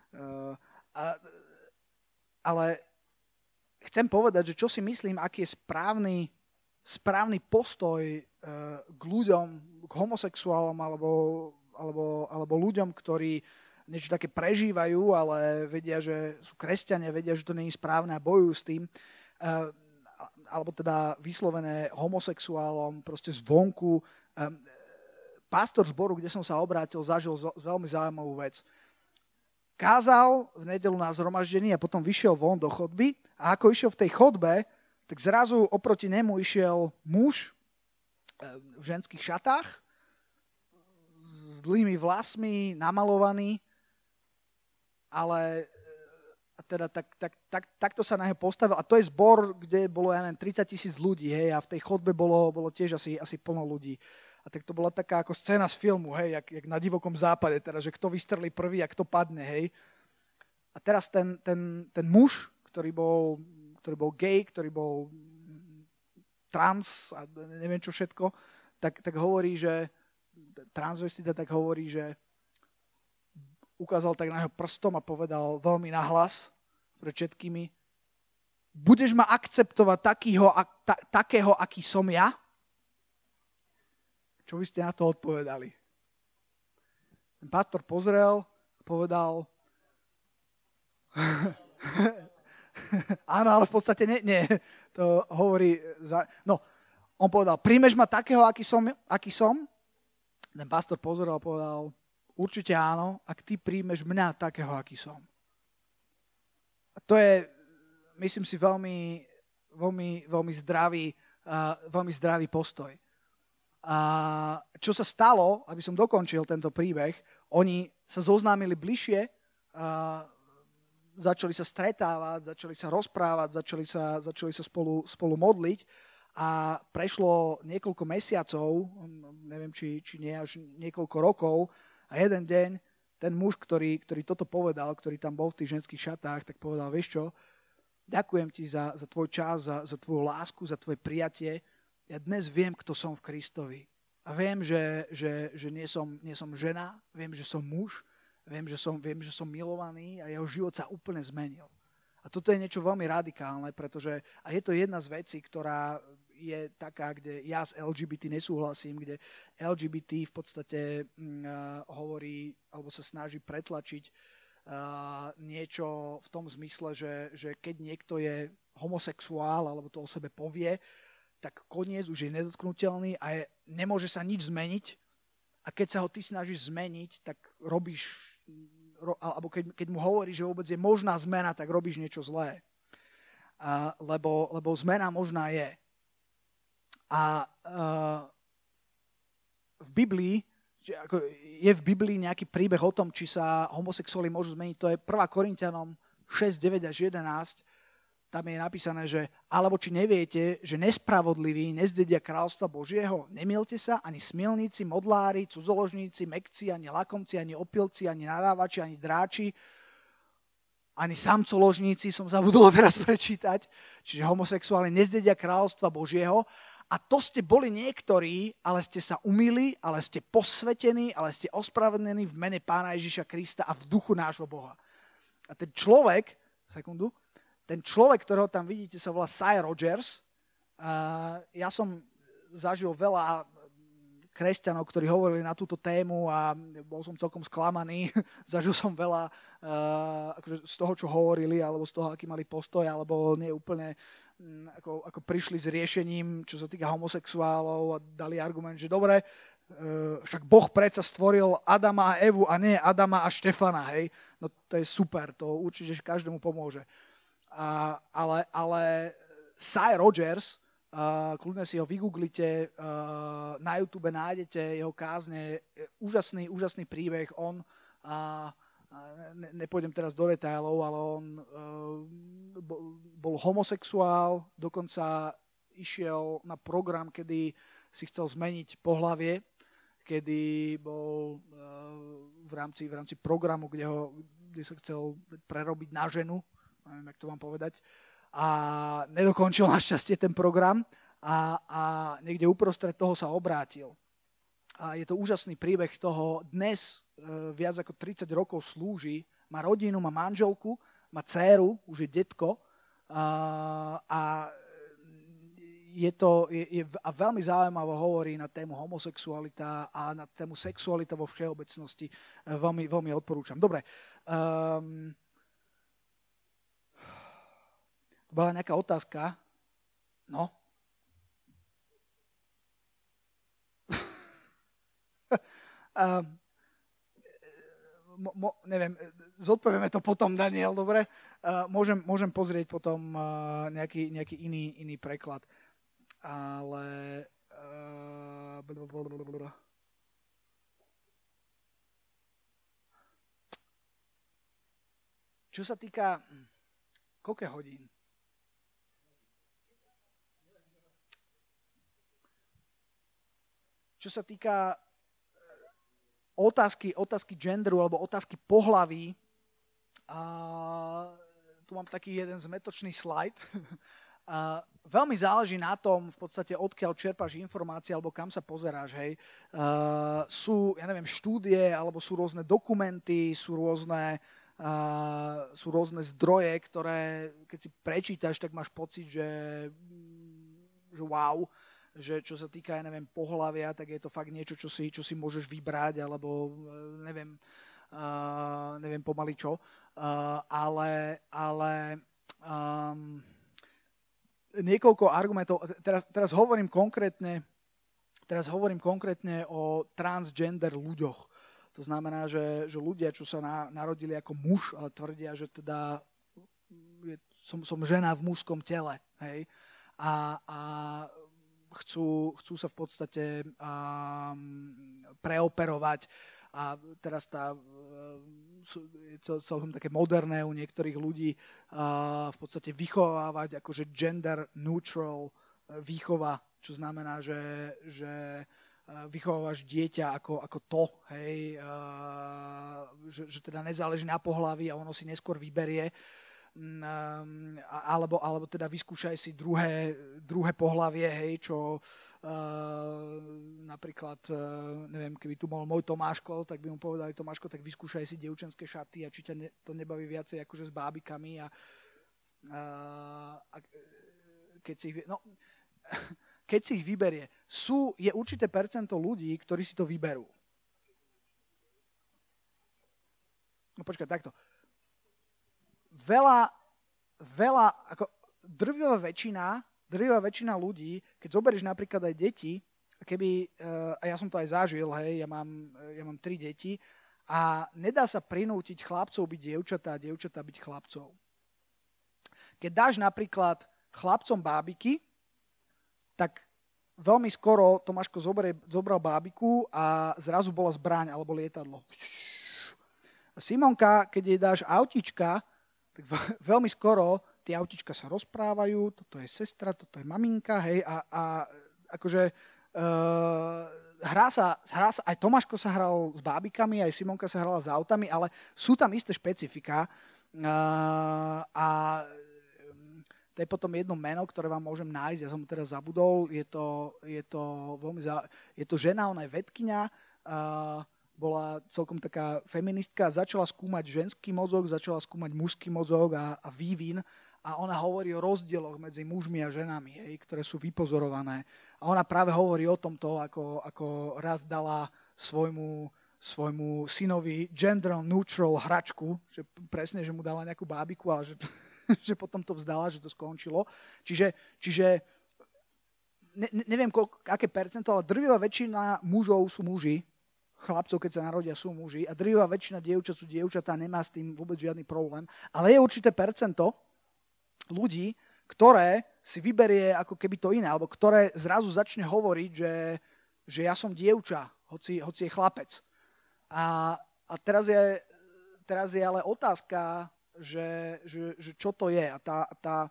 Ale chcem povedať, že čo si myslím, aký je správny postoj k ľuďom, k homosexuálom alebo ľuďom, ktorí niečo také prežívajú, ale vedia, že sú kresťania, vedia, že to nie je správne a bojujú s tým, alebo teda vyslovené homosexuálom proste zvonku. Pastor zboru, kde som sa obrátil, zažil veľmi zaujímavú vec. Kázal v nedeľu na zhromaždení a potom vyšiel von do chodby a ako išiel v tej chodbe, tak zrazu oproti nemu išiel muž v ženských šatách s dlhými vlasmi, namalovaný, ale teda takto sa na neho postavil. A to je zbor, kde bolo, 30,000 ľudí, hej, a v tej chodbe bolo tiež asi plno ľudí. A tak to bola taká ako scéna z filmu, hej, jak na divokom západe, teda, že kto vystrelí prvý a kto padne, hej. A teraz ten muž, ktorý bol gay, ktorý bol trans a neviem čo všetko, tak hovorí, že transvestita tak hovorí, že ukázal tak na jeho prstom a povedal veľmi nahlas pred všetkými: budeš ma akceptovať takého, aký som ja? Čo by ste na to odpovedali? Ten pastor pozrel a povedal: áno, ale v podstate nie. To hovorí... on povedal: príjmeš ma takého, aký som? Ten pastor pozrel a povedal: určite áno, ak ty príjmeš mňa takého, aký som. A to je, myslím si, veľmi, veľmi, veľmi zdravý postoj. A čo sa stalo, aby som dokončil tento príbeh, oni sa zoznámili bližšie, začali sa stretávať, začali sa rozprávať, začali sa spolu modliť a prešlo niekoľko mesiacov, neviem, či nie až niekoľko rokov, a jeden deň ten muž, ktorý toto povedal, ktorý tam bol v tých ženských šatách, tak povedal: vieš čo, ďakujem ti za tvoj čas, za tvoju lásku, za tvoje prijatie. Ja dnes viem, kto som v Kristovi. A viem, že nie som žena, viem, že som muž, viem, že som milovaný a jeho život sa úplne zmenil. A toto je niečo veľmi radikálne, pretože a je to jedna z vecí, ktorá je taká, kde ja s LGBT nesúhlasím, kde LGBT v podstate hovorí alebo sa snaží pretlačiť niečo v tom zmysle, že keď niekto je homosexuál alebo to o sebe povie, tak koniec už je nedotknutelný a nemôže sa nič zmeniť. A keď sa ho ty snažíš zmeniť, tak robíš, alebo keď mu hovoríš, že vôbec je možná zmena, tak robíš niečo zlé. Lebo zmena možná je. A v Biblii, je v Biblii nejaký príbeh o tom, či sa homosexuáli môžu zmeniť. To je 1. Korinťanom 6, 9 až 11. Tam je napísané, že alebo či neviete, že nespravodliví nezdedia kráľstva Božieho. Nemielte sa, ani smilníci, modlári, cudzoložníci, mekci, ani lakomci, ani opilci, ani nadávači, ani dráči, ani samcoložníci, som zabudol teraz prečítať. Čiže homosexuáli nezdedia kráľstva Božieho. A to ste boli niektorí, ale ste sa umýli, ale ste posvetení, ale ste ospravedlnení v mene Pána Ježiša Krista a v duchu nášho Boha. A ten človek, ktorého tam vidíte, sa volá Sy Rogers. Ja som zažil veľa kresťanov, ktorí hovorili na túto tému a bol som celkom sklamaný. Zažil som veľa akože z toho, čo hovorili, alebo z toho, aký mali postoj, alebo nie úplne ako prišli s riešením, čo sa týka homosexuálov a dali argument, že dobre, však Boh predsa stvoril Adama a Evu a nie Adama a Štefana, hej. No to je super, to určite každému pomôže. Ale Sy Rogers, kľudne si ho vygooglite, na YouTube nájdete jeho kázne, úžasný príbeh. On, nepôjdem teraz do detailov, ale on bol homosexuál, dokonca išiel na program, kedy si chcel zmeniť pohlavie, kedy bol v rámci programu, kde sa chcel prerobiť na ženu, neviem, jak to mám povedať, a nedokončil našťastie ten program a niekde uprostred toho sa obrátil. A je to úžasný príbeh toho. Dnes viac ako 30 rokov slúži, má rodinu, má manželku, má dcéru, už je detko a a veľmi zaujímavo hovorí na tému homosexualita a na tému sexualita vo všeobecnosti. Veľmi, veľmi odporúčam. Dobre. Bola nejaká otázka? No? Neviem, zodpovieme to potom, Daniel, dobre? Môžem pozrieť potom nejaký iný preklad. Ale... Čo sa týka... Koľko hodín? Čo sa týka otázky genderu alebo otázky pohlaví, tu mám taký jeden zmetočný slajd. Veľmi záleží na tom, v podstate, odkiaľ čerpáš informácie alebo kam sa pozeráš. Hej. Sú, ja neviem, štúdie alebo sú rôzne dokumenty, sú rôzne zdroje, ktoré, keď si prečítaš, tak máš pocit, že wow, že čo sa týka, ja neviem, pohlavia, tak je to fakt niečo, čo si môžeš vybrať, alebo neviem pomaly čo. Ale niekoľko argumentov. Teraz hovorím konkrétne o transgender ľuďoch. To znamená, že ľudia, čo sa narodili ako muž, ale tvrdia, že teda som žena v mužskom tele. Hej? A chcú sa v podstate preoperovať a teraz je to celkom také moderné u niektorých ľudí v podstate vychovávať akože gender neutral výchova, čo znamená, že vychovávaš dieťa ako to, hej, že teda nezáleží na pohlaví a ono si neskôr vyberie. Alebo teda vyskúšaj si druhé pohlavie, hej, čo napríklad, neviem, keby tu bol môj Tomáško, tak by mu povedali, Tomáško, tak vyskúšaj si dievčenské šaty a či ťa to nebaví viacej akože s bábikami a keď si ich vyberie. Je určité percento ľudí, ktorí si to vyberú. No počkaj, takto. Ako drvivá väčšina ľudí, keď zoberieš napríklad aj deti, a ja som to aj zažil, hej, ja mám 3 deti a nedá sa prinútiť chlapcov byť dievčatá a dievčatá byť chlapcov. Keď dáš napríklad chlapcom bábiky, tak veľmi skoro Tomáško zobral bábiku a zrazu bola zbraň alebo lietadlo. A Simonka, keď jej dáš autička, tak veľmi skoro tie autička sa rozprávajú, toto je sestra, toto je maminka, hej, a akože hrá sa, aj Tomáško sa hral s bábikami, aj Simonka sa hrala s autami, ale sú tam isté špecifika a to je potom jedno meno, ktoré vám môžem nájsť, ja som mu teraz zabudol, je to žena, ona je vedkyňa, bola celkom taká feministka, začala skúmať ženský mozog, začala skúmať mužský mozog a vývin a ona hovorí o rozdieloch medzi mužmi a ženami, hej, ktoré sú vypozorované. A ona práve hovorí o tomto, ako raz dala svojmu synovi gender neutral hračku, že presne, že mu dala nejakú bábiku, ale že potom to vzdala, že to skončilo. Čiže neviem, aké percento, ale drvivá väčšina mužov sú muži, chlapcov, keď sa narodia, sú muži a drvivá väčšina dievčat sú dievčatá, nemá s tým vôbec žiadny problém. Ale je určité percento ľudí, ktoré si vyberie ako keby to iné, alebo ktoré zrazu začne hovoriť, že ja som dievča, hoci je chlapec. A teraz je ale otázka, že čo to je. A tá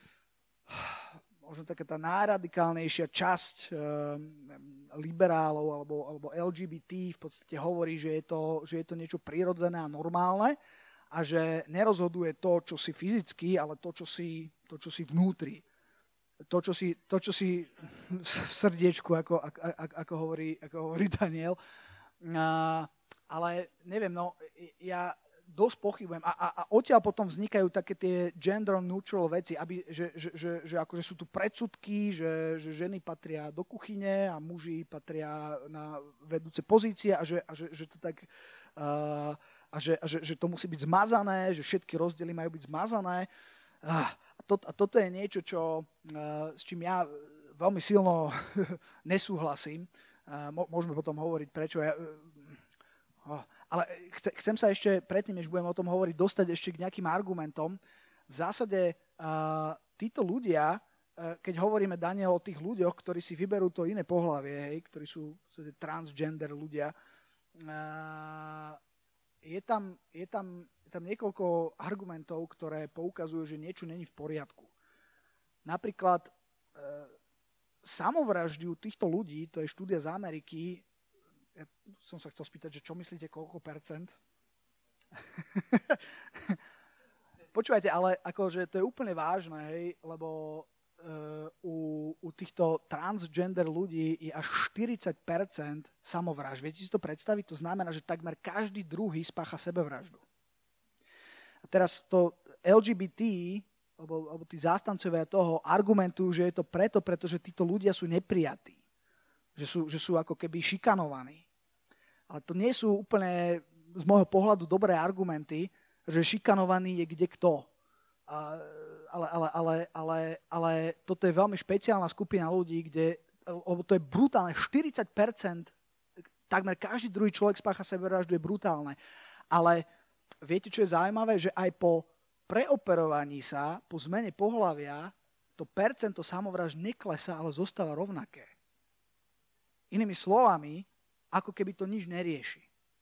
možno taká tá najradikálnejšia časť liberálov alebo LGBT v podstate hovorí, že je to niečo prirodzené a normálne a že nerozhoduje to, čo si fyzicky, ale to, čo si vnútri. To, čo si v srdiečku, ako hovorí Daniel. Ale neviem, ja dosť pochybujem. A odtiaľ potom vznikajú také tie gender neutral veci, že akože sú tu predsudky, že ženy patria do kuchyne a muži patria na vedúce pozície a že to tak že to musí byť zmazané, že všetky rozdiely majú byť zmazané. A toto je niečo, s čím ja veľmi silno nesúhlasím. Môžeme potom hovoriť, prečo ale chcem sa ešte, predtým, než budem o tom hovoriť, dostať ešte k nejakým argumentom. V zásade títo ľudia, keď hovoríme, Daniel, o tých ľuďoch, ktorí si vyberú to iné pohlavie, hej, ktorí sú transgender ľudia, je tam niekoľko argumentov, ktoré poukazujú, že niečo není v poriadku. Napríklad samovraždu týchto ľudí, to je štúdia z Ameriky. Ja som sa chcel spýtať, že čo myslíte, koľko percent? Počúvajte, ale akože to je úplne vážne, hej, lebo u týchto transgender ľudí je až 40% samovražd. Viete si to predstaviť? To znamená, že takmer každý druhý spácha sebevraždu. A teraz to LGBT, alebo tí zástancovia toho argumentujú, že je to pretože títo ľudia sú neprijatí. Že sú ako keby šikanovaní. Ale to nie sú úplne z môjho pohľadu dobré argumenty, že šikanovaný je kde kto. Ale toto je veľmi špeciálna skupina ľudí, lebo to je brutálne. 40%, takmer každý druhý človek spácha sebevraždu, je brutálne. Ale viete, čo je zaujímavé? Že aj po preoperovaní sa, po zmene pohlavia, to percento samovražd neklesá, ale zostáva rovnaké. Inými slovami, ako keby to nič nerieši.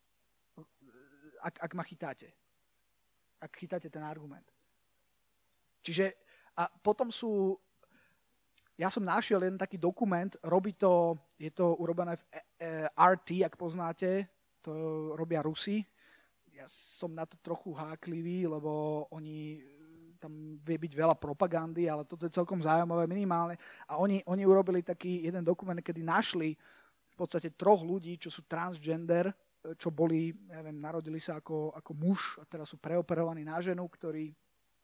Ak ma chytáte. Ak chytáte ten argument. Čiže a potom ja som našiel jeden taký dokument, je to urobené v RT, ak poznáte, to robia Rusi. Ja som na to trochu háklivý, lebo tam vie byť veľa propagandy, ale toto je celkom zaujímavé minimálne. A oni urobili taký jeden dokument, kedy našli v podstate 3 ľudí, čo sú transgender, čo boli, neviem, narodili sa ako muž a teraz sú preoperovaní na ženu, ktorí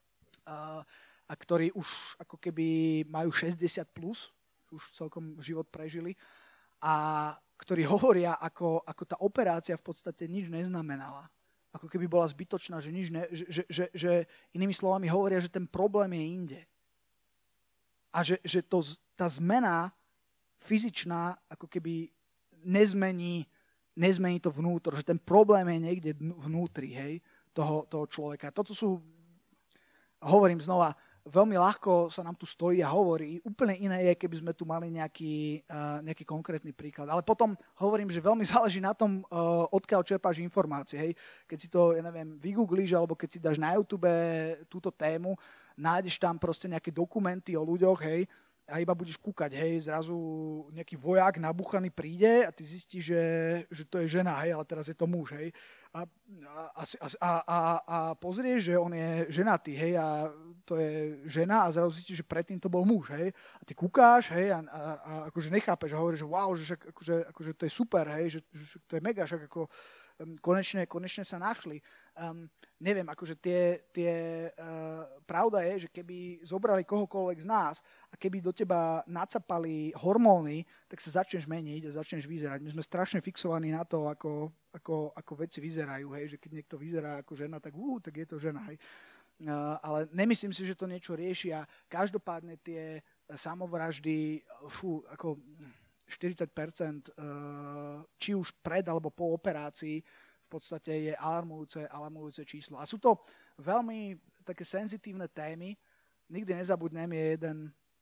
už ako keby majú 60+, už celkom život prežili a ktorí hovoria, ako tá operácia v podstate nič neznamenala. Ako keby bola zbytočná, že inými slovami hovoria, že ten problém je inde. A že tá zmena fyzičná ako keby nezmení to vnútro, že ten problém je niekde vnútri, hej, toho človeka. Toto sú, hovorím znova, veľmi ľahko sa nám tu stojí a hovorí. Úplne iné je, keby sme tu mali nejaký konkrétny príklad. Ale potom hovorím, že veľmi záleží na tom, odkiaľ čerpáš informácie. Hej. Keď si to, ja neviem, vygooglíš, alebo keď si dáš na YouTube túto tému, nájdeš tam proste nejaké dokumenty o ľuďoch, hej, a iba budeš kúkať, hej, zrazu nejaký vojak nabuchaný príde a ty zistíš, že to je žena, hej, ale teraz je to muž, hej. A pozrieš, že on je ženatý, hej, a to je žena a zrazu zistíš, že predtým to bol muž, hej. A ty kúkáš, hej, a akože nechápeš a hovoríš, že wow, že akože to je super, hej, že to je mega, však ako konečne sa našli. Neviem, akože pravda je, že keby zobrali kohokoľvek z nás a keby do teba nacapali hormóny, tak sa začneš meniť a začneš vyzerať. My sme strašne fixovaní na to, ako veci vyzerajú, hej, že keď niekto vyzerá ako žena, tak je to žena, hej. Ale nemyslím si, že to niečo rieši a každopádne tie samovraždy, ako 40%, či už pred alebo po operácii, v podstate je alarmujúce číslo. A sú to veľmi také senzitívne témy. Nikdy nezabudnem, je jeden,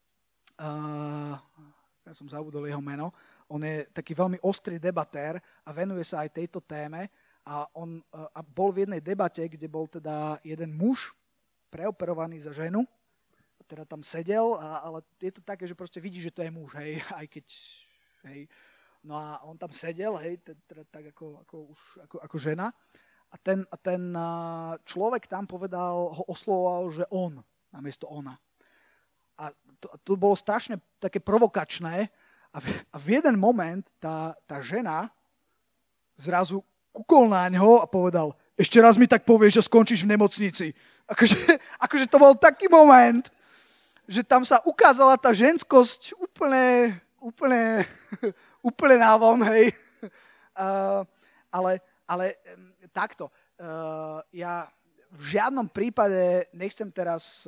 ja som zabudol jeho meno, on je taký veľmi ostrý debatér a venuje sa aj tejto téme a on bol v jednej debate, kde bol teda jeden muž preoperovaný za ženu, teda tam sedel, ale je to také, že proste vidí, že to je muž, hej, aj keď, hej. No a on tam sedel, hej, teda tak ako žena a ten človek tam povedal, ho oslovoval, že on, namiesto ona. A to bolo strašne také provokačné a v jeden moment tá žena zrazu kúkol na ňo a povedal, ešte raz mi tak povieš, že skončíš v nemocnici. Akože to bol taký moment, že tam sa ukázala tá ženskosť úplne návon, hej. Ale takto. Ja v žiadnom prípade nechcem teraz,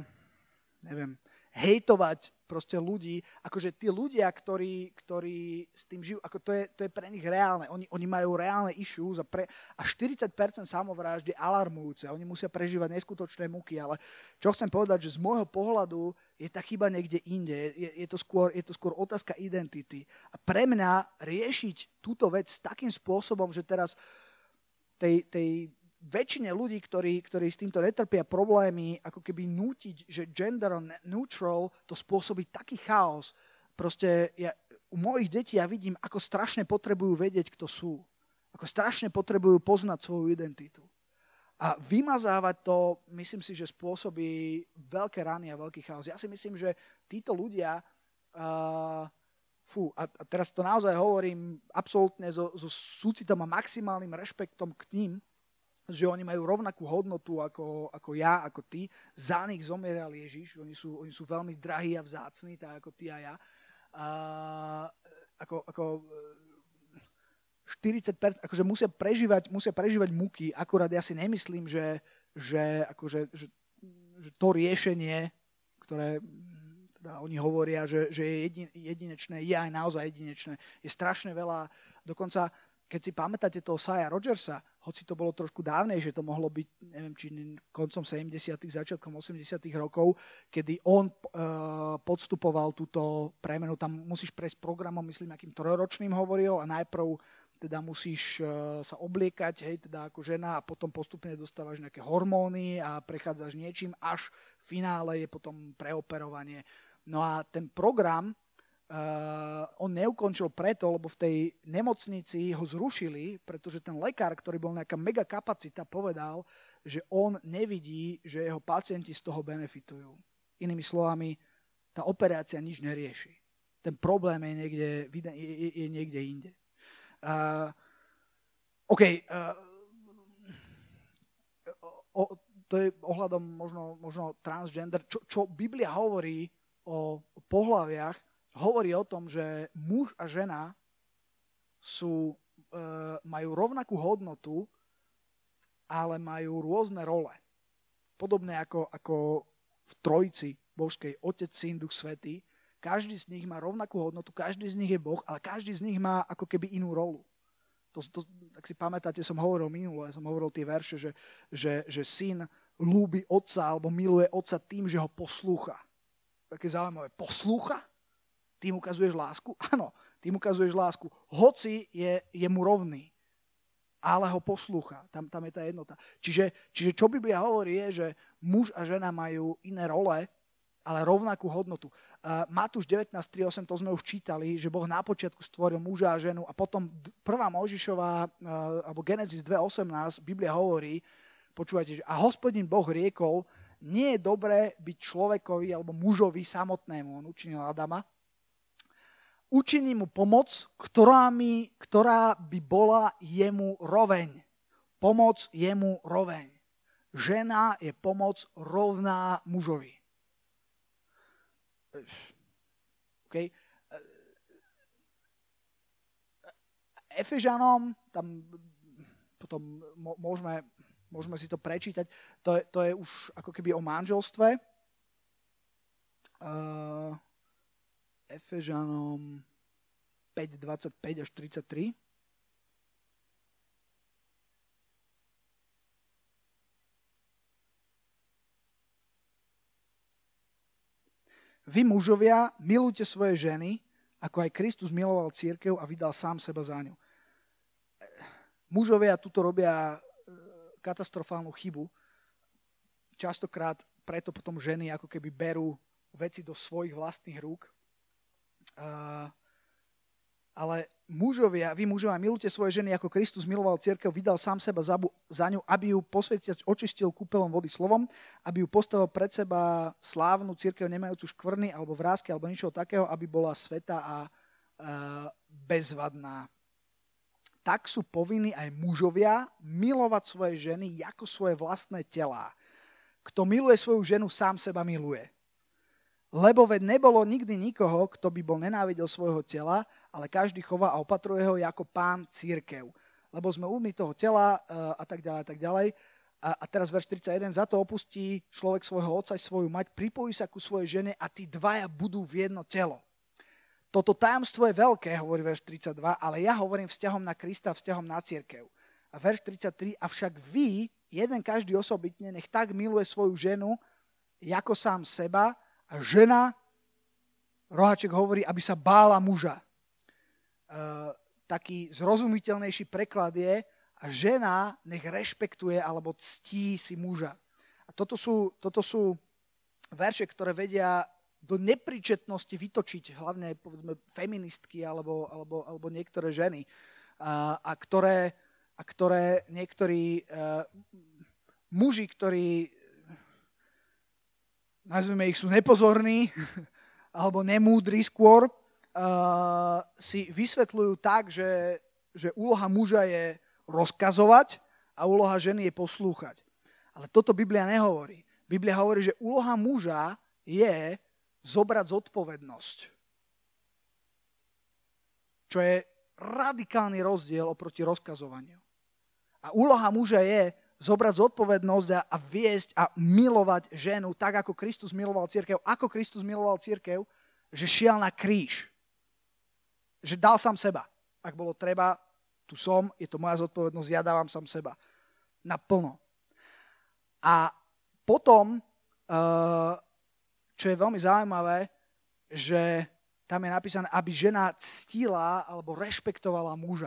hejtovať proste ľudí, akože tí ľudia, ktorí s tým žijú, ako to je pre nich reálne. Oni majú reálne issues a 40% samovrážd je alarmujúce. Oni musia prežívať neskutočné muky, ale čo chcem povedať, že z môjho pohľadu je tá chyba niekde inde. Je to skôr otázka identity. A pre mňa riešiť túto vec takým spôsobom, že teraz tej väčšine ľudí, ktorí s týmto netrpia problémy, ako keby nútiť, že gender neutral to spôsobí taký chaos. Proste u mojich detí ja vidím, ako strašne potrebujú vedieť, kto sú. Ako strašne potrebujú poznať svoju identitu. A vymazávať to, myslím si, že spôsobí veľké rany a veľký chaos. Ja si myslím, že títo ľudia, a teraz to naozaj hovorím absolútne so súcitom a maximálnym rešpektom k ním, že oni majú rovnakú hodnotu ako ja, ako ty. Za nich zomieral Ježiš. Oni sú veľmi drahí a vzácni, tak ako ty a ja. 40%, akože musia prežívať muky, akurát ja si nemyslím, že to riešenie, ktoré teda oni hovoria, že je jedinečné, je aj naozaj jedinečné. Je strašne veľa, dokonca keď si pamätáte toho Saya Rogersa, hoci to bolo trošku dávnejšie, to mohlo byť, neviem, či koncom 70., začiatkom 80. rokov, kedy on podstupoval túto premenu. Tam musíš prejsť programom, myslím, akým 3-ročným hovoril a najprv teda musíš sa obliekať, hej, teda ako žena a potom postupne dostávaš nejaké hormóny a prechádzaš niečím, až v finále je potom preoperovanie. No a ten program on neukončil preto, lebo v tej nemocnici ho zrušili, pretože ten lekár, ktorý bol nejaká mega kapacita, povedal, že on nevidí, že jeho pacienti z toho benefitujú. Inými slovami, tá operácia nič nerieši. Ten problém je niekde inde. To je ohľadom možno transgender. Čo Biblia hovorí o pohlaviach, hovorí o tom, že muž a žena majú rovnakú hodnotu, ale majú rôzne role. Podobne ako v Trojici božskej, Otec, Syn, Duch Svätý. Každý z nich má rovnakú hodnotu, každý z nich je Boh, ale každý z nich má ako keby inú rolu. Tak si pamätáte, som hovoril minule, som hovoril tie verše, že syn ľúbi otca alebo miluje otca tým, že ho poslúcha. Také zaujímavé. Poslúcha? Ty mu ukazuješ lásku? Áno, ty mu ukazuješ lásku. Hoci je mu rovný, ale ho poslúcha. Tam je tá jednota. Čiže čo Biblia hovorí je, že muž a žena majú iné role, ale rovnakú hodnotu. Matúš 19.3.8, to sme už čítali, že Boh na počiatku stvoril muža a ženu a potom 1. Mojžišová, alebo Genesis 2.18, Biblia hovorí, počúvajte, že a Hospodin Boh riekol, nie je dobré byť človekovi alebo mužovi samotnému. On učinil Adama. Učiní mu pomoc, ktorá by bola jemu roveň. Pomoc jemu roveň. Žena je pomoc rovná mužovi. Okay. Efežanom, tam potom môžeme si to prečítať, to je už ako keby o manželstve. Efežanom 5:25 až 33. Vy, mužovia, milujte svoje ženy, ako aj Kristus miloval cirkev a vydal sám seba za ňu. Mužovia tuto robia katastrofálnu chybu. Častokrát preto potom ženy ako keby berú veci do svojich vlastných rúk. Ale mužovia, vy mužovia, milujte svoje ženy, ako Kristus miloval cirkev, vydal sám seba za ňu, aby ju posvetiac očistil kúpelom vody slovom, aby ju postavil pred seba slávnu cirkev, nemajúcu škvrny alebo vrásky alebo ničoho takého, aby bola svätá a bezvadná. Tak sú povinní aj mužovia milovať svoje ženy ako svoje vlastné telá. Kto miluje svoju ženu, sám seba miluje. Lebo veď nebolo nikdy nikoho, kto by bol nenávidel svojho tela, ale každý chová a opatruje ho ako pán cirkev. Lebo sme údmi toho tela a tak ďalej, a tak ďalej. A teraz verš 31, za to opustí človek svojho otca a svoju mať, pripojí sa ku svojej žene a tí dvaja budú v jedno telo. Toto tajomstvo je veľké, hovorí verš 32, ale ja hovorím vzťahom na Krista, vzťahom na cirkev. A verš 33, avšak vy, jeden každý osobitne, nech tak miluje svoju ženu, ako sám seba, a žena, roháček hovorí, aby sa bála muža. Taký zrozumiteľnejší preklad je, a žena nech rešpektuje alebo ctí si muža. A toto sú verše, ktoré vedia do nepríčetnosti vytočiť hlavne povedzme feministky alebo niektoré ženy. A ktoré niektorí muži, ktorí nazvime ich, sú nepozorní alebo nemúdri skôr, si vysvetľujú tak, že úloha muža je rozkazovať a úloha ženy je poslúchať. Ale toto Biblia nehovorí. Biblia hovorí, že úloha muža je zobrať zodpovednosť. Čo je radikálny rozdiel oproti rozkazovaniu. A úloha muža je zobrať zodpovednosť a viesť a milovať ženu tak, ako Kristus miloval cirkev. Ako Kristus miloval cirkev, že šiel na kríž. Že dal sám seba. Ak bolo treba, tu som, je to moja zodpovednosť, ja dávam sám seba. Naplno. A potom, čo je veľmi zaujímavé, že tam je napísané, aby žena ctila alebo rešpektovala muža.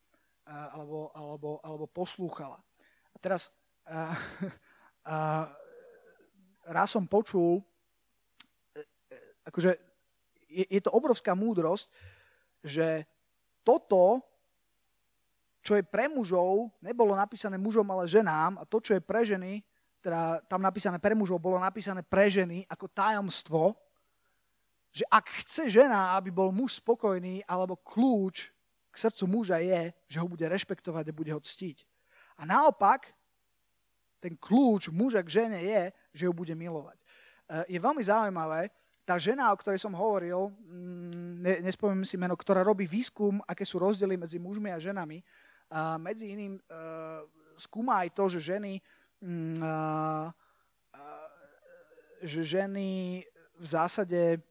Alebo poslúchala. A teraz raz som počul, akože je to obrovská múdrosť, že toto, čo je pre mužov, nebolo napísané mužom, ale ženám, a to, čo je pre ženy, teda tam napísané pre mužov, bolo napísané pre ženy ako tajomstvo, že ak chce žena, aby bol muž spokojný, alebo kľúč k srdcu muža je, že ho bude rešpektovať a bude ho ctiť. A naopak, ten kľúč muža k žene je, že ju bude milovať. Je veľmi zaujímavé, tá žena, o ktorej som hovoril, nespomínam si meno, ktorá robí výskum, aké sú rozdiely medzi mužmi a ženami, medzi iným skúma aj to, že ženy v zásade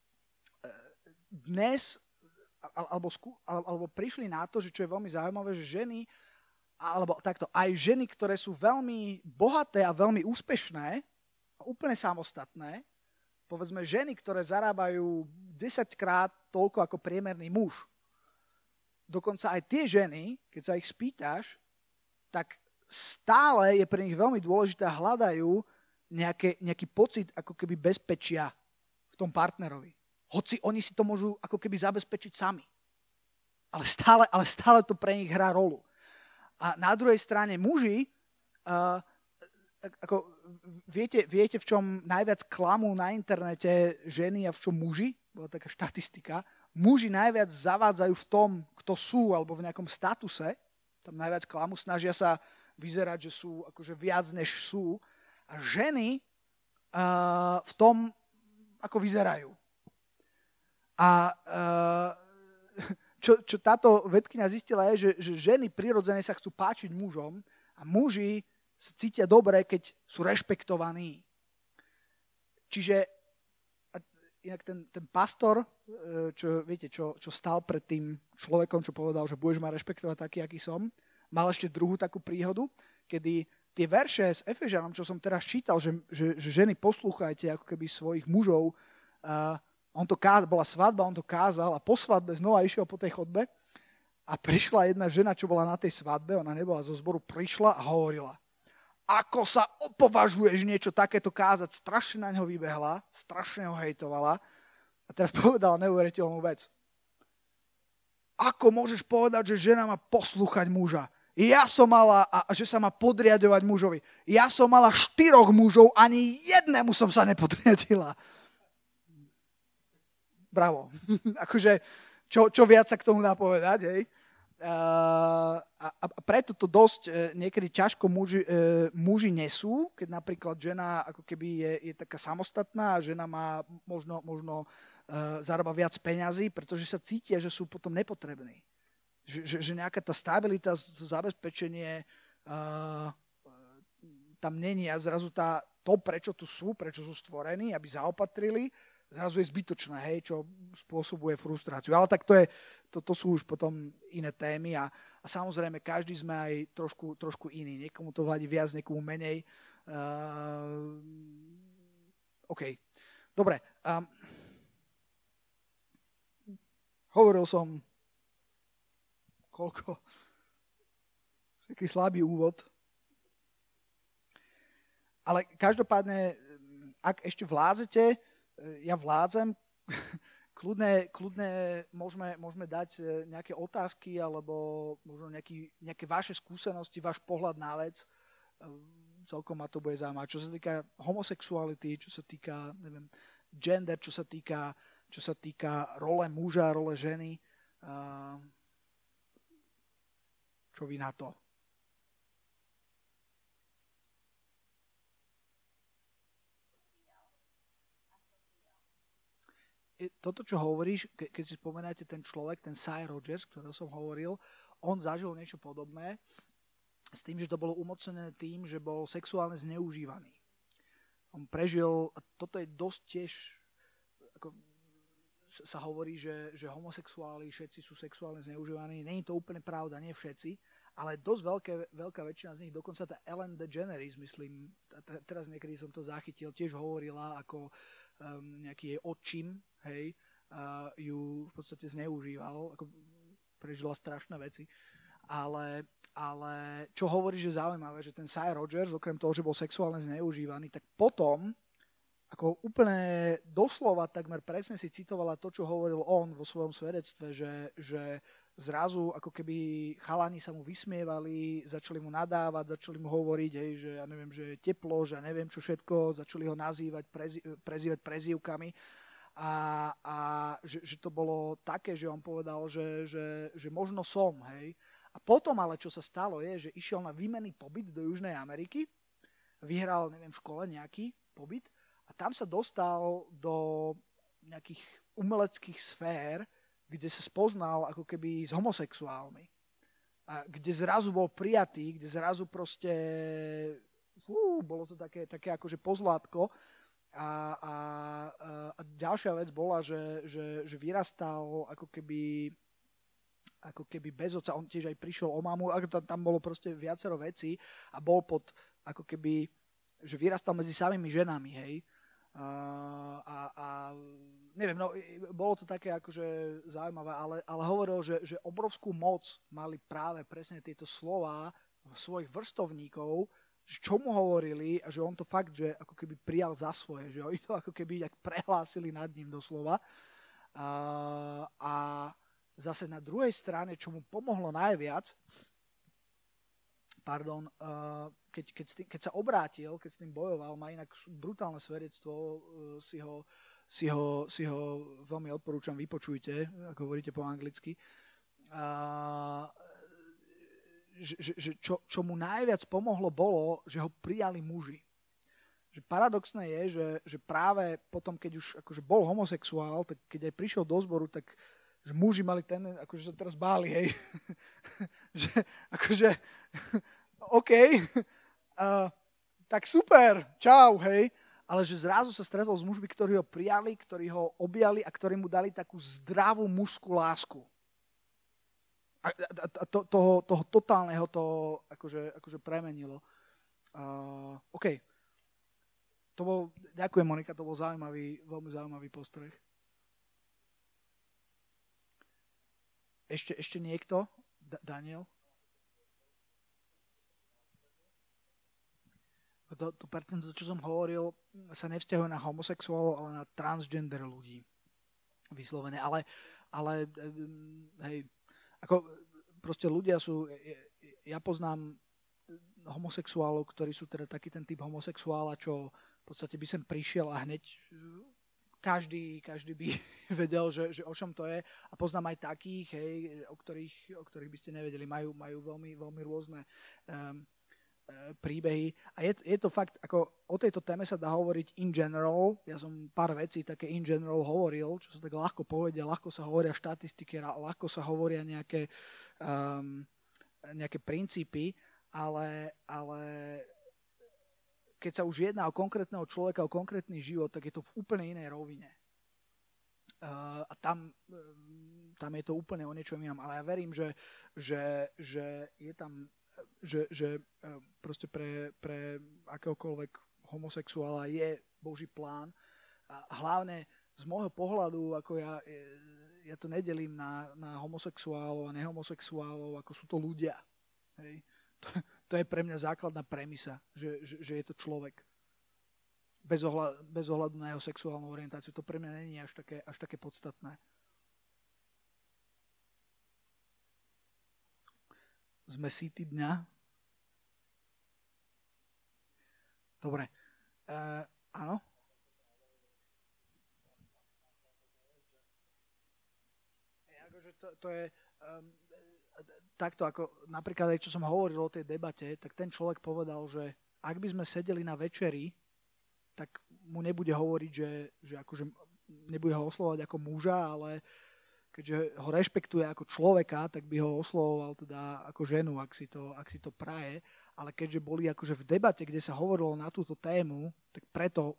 dnes alebo prišli na to, že čo je veľmi zaujímavé, že ženy alebo takto, aj ženy, ktoré sú veľmi bohaté a veľmi úspešné, úplne samostatné, povedzme ženy, ktoré zarábajú 10-krát toľko ako priemerný muž. Dokonca aj tie ženy, keď sa ich spýtaš, tak stále je pre nich veľmi dôležité, hľadajú nejaký pocit ako keby bezpečia v tom partnerovi. Hoci oni si to môžu ako keby zabezpečiť sami. Ale stále to pre nich hrá rolu. A na druhej strane muži, ako viete, v čom najviac klamú na internete ženy a v čom muži? Bola taká štatistika. Muži najviac zavádzajú v tom, kto sú, alebo v nejakom statuse. Tam najviac klamú, snažia sa vyzerať, že sú akože viac, než sú. A ženy v tom, ako vyzerajú. A čo táto vedkyňa zistila je, že ženy prirodzene sa chcú páčiť mužom a muži sa cítia dobre, keď sú rešpektovaní. Čiže inak ten pastor, čo stál pred tým človekom, čo povedal, že budeš ma rešpektovať taký, aký som, mal ešte druhú takú príhodu, kedy tie verše s Efežanom, čo som teraz čítal, že ženy poslúchajte ako keby svojich mužov, on to kázal, bola svadba, on to kázal a po svadbe znova išiel po tej chodbe a prišla jedna žena, čo bola na tej svadbe, ona nebola zo zboru, prišla a hovorila: ako sa opovažuješ niečo takéto kázať? Strašne na ňo vybehla, strašne ho hejtovala a teraz povedala neuveriteľnú vec. Ako môžeš povedať, že žena má poslúchať muža? Ja som mala, a že sa má podriadovať mužovi. Ja som mala 4 mužov, ani jednému som sa nepodriadila. Bravo. Akože, čo viac sa k tomu dá povedať, hej? A preto to dosť niekedy ťažko muži nesú, keď napríklad žena ako keby je taká samostatná a žena má možno zarába viac peňazí, pretože sa cítia, že sú potom nepotrební. Že nejaká tá stabilita, zabezpečenie tam není a zrazu to, prečo tu sú, prečo sú stvorení, aby zaopatrili, zrazu je zbytočné, hej, čo spôsobuje frustráciu. Ale tak to sú už potom iné témy a samozrejme každý sme aj trošku iný. Niekomu to vadí viac, niekomu menej. OK. Dobre. Hovoril som koľko? Taký slabý úvod. Ale každopádne, ak ešte vládzete, ja vládzem, kľudne môžeme dať nejaké otázky alebo možno nejaké vaše skúsenosti, váš pohľad na vec. Celkom ma to bude zaujímať. Čo sa týka homosexuality, čo sa týka gender, čo sa týka role muža, role ženy. Čo vy na to? Toto, čo hovoríš, keď si spomenáte ten človek, ten Sy Rogers, ktorého som hovoril, on zažil niečo podobné s tým, že to bolo umocnené tým, že bol sexuálne zneužívaný. On prežil, a toto je dosť tiež, ako sa hovorí, že homosexuáli všetci sú sexuálne zneužívaní. Nie je to úplne pravda, nie všetci, ale dosť veľká väčšina z nich, dokonca tá Ellen DeGeneres, myslím, teraz niekedy som to zachytil, tiež hovorila ako nejaký jej otčím, hej, ju v podstate zneužíval, ako prežila strašné veci. Ale čo hovorí, že zaujímavé, že ten Sy Rogers, okrem toho, že bol sexuálne zneužívaný, tak potom, ako úplne doslova takmer presne si citovala to, čo hovoril on vo svojom svedectve, že zrazu ako keby chalani sa mu vysmievali, začali mu nadávať, začali mu hovoriť, hej, že ja neviem, že je teplo, že ja neviem čo všetko, začali ho nazývať, prezývať prezývkami a že to bolo také, že on povedal, že možno som, hej. A potom ale, čo sa stalo, je, že išiel na výmenný pobyt do Južnej Ameriky, vyhral, neviem, v škole nejaký pobyt a tam sa dostal do nejakých umeleckých sfér, kde sa spoznal ako keby s homosexuálmi. A kde zrazu bol prijatý, kde zrazu proste bolo to také akože pozlátko. A ďalšia vec bola, že vyrastal ako keby bez otca. On tiež aj prišiel o mamu, tam bolo proste viacero vecí a bol pod ako keby, že vyrastal medzi samými ženami, hej. A neviem, no, bolo to také akože zaujímavé, ale hovoril, že obrovskú moc mali práve presne tieto slová svojich vrstovníkov, čo mu hovorili a že on to fakt, že ako keby prijal za svoje, že oni to ako keby tak prehlásili nad ním doslova. A zase na druhej strane, čo mu pomohlo najviac, keď sa obrátil, keď s tým bojoval, má inak brutálne svedectvo, si ho veľmi odporúčam, vypočujte, ako hovoríte po anglicky. Čo mu najviac pomohlo bolo, že ho prijali muži. Že paradoxné je, že práve potom, keď už akože bol homosexuál, tak keď aj prišiel do zboru, tak že muži mali akože sa teraz báli, hej. Že akože OK, tak super, čau, hej. Ale že zrazu sa stretol s mužmi, ktorí ho prijali, ktorí ho objali a ktorí mu dali takú zdravú mužskú lásku. A toho totálneho to akože premenilo. OK. Ďakujem, Monika, to bol veľmi zaujímavý postreh. Ešte niekto? Daniel? To percento, čo som hovoril, sa nevzťahuje na homosexuálov, ale na transgender ľudí. Vyslovene. Ale hej, ako proste ľudia sú, ja poznám homosexuálov, ktorí sú teda taký ten typ homosexuála, čo v podstate by sem prišiel a hneď každý by vedel, že o čom to je. A poznám aj takých, hej, o ktorých by ste nevedeli. Majú veľmi, veľmi rôzne príbehy. A je to fakt, ako o tejto téme sa dá hovoriť in general. Ja som pár vecí také in general hovoril, čo sa tak ľahko povedia, ľahko sa hovoria štatistiky, ľahko sa hovoria nejaké princípy, ale keď sa už jedná o konkrétneho človeka, o konkrétny život, tak je to v úplne inej rovine. A tam je to úplne o niečom inom. Ale ja verím, že je tam že proste pre akéhokoľvek homosexuála je Boží plán. A hlavne z môjho pohľadu, ako ja to nedelím na homosexuálov a nehomosexuálov, ako sú to ľudia. Hej. To je pre mňa základná premisa, že je to človek. Bez ohľadu na jeho sexuálnu orientáciu. To pre mňa není až také podstatné. Sme city dňa. Dobre. Áno? To je takto, ako napríklad aj čo som hovoril o tej debate, tak ten človek povedal, že ak by sme sedeli na večeri, tak mu nebude hovoriť, že akože nebude ho oslovať ako muža, ale keďže ho rešpektuje ako človeka, tak by ho oslovoval teda ako ženu, ak si to praje. Ale keďže boli akože v debate, kde sa hovorilo na túto tému, tak preto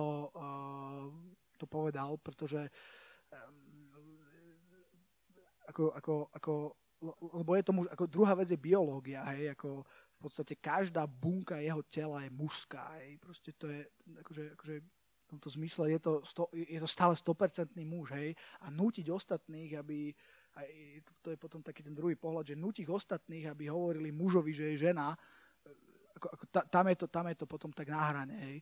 to povedal, pretože lebo je to muž, ako druhá vec je biológia, hej, ako v podstate každá bunka jeho tela je mužská, hej, proste to je akože v tomto zmysle je to stále 100% muž, hej, a nútiť ostatných, aby, aj, to je potom taký ten druhý pohľad, že nútiť ostatných, aby hovorili mužovi, že je žena, tam je to potom tak na hrane, hej.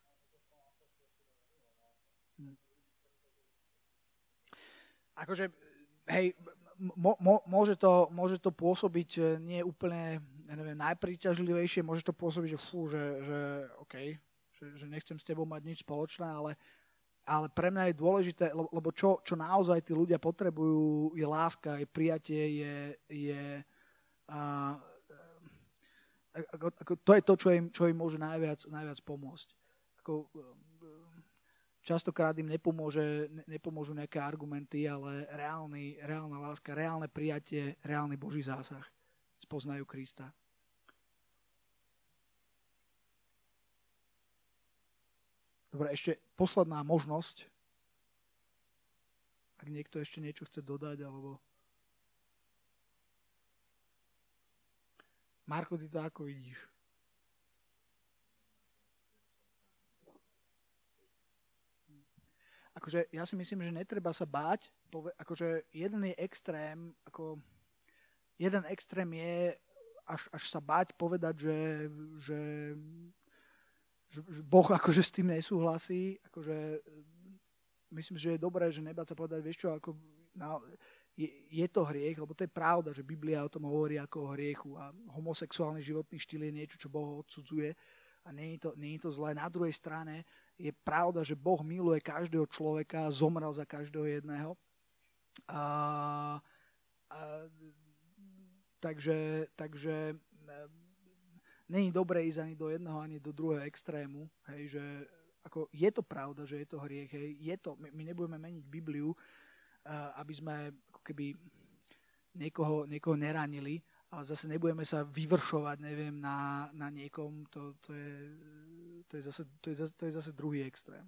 Akože, hej, môže to pôsobiť nie úplne, ja neviem, najpríťažlivejšie, môže to pôsobiť, že OK, že nechcem s tebou mať nič spoločné, ale pre mňa je dôležité, lebo čo naozaj tí ľudia potrebujú, je láska, je prijatie, to je to, čo im môže najviac pomôcť. Častokrát im nepomôžu nejaké argumenty, ale reálna láska, reálne prijatie, reálny Boží zásah. Spoznajú Krista. Dobre, ešte posledná možnosť. Ak niekto ešte niečo chce dodať, alebo... Marko, ty to ako vidíš? Akože ja si myslím, že netreba sa báť, akože jeden extrém je až sa báť povedať, že Boh akože s tým nesúhlasí, akože myslím, že je dobré, že nebáť sa povedať, vieš čo, ako je to hriech, lebo to je pravda, že Biblia o tom hovorí ako o hriechu a homosexuálny životný štýl je niečo, čo Boh odsudzuje a nie je to zlé. Na druhej strane je pravda, že Boh miluje každého človeka, zomrel za každého jedného. Takže není dobré ísť ani do jedného, ani do druhého extrému. Hej, že ako je to pravda, že je to hriech. Hej, my nebudeme meniť Bibliu, aby sme ako keby niekoho neranili, ale zase nebudeme sa vyvršovať, neviem, na niekom. To je zase druhý extrém.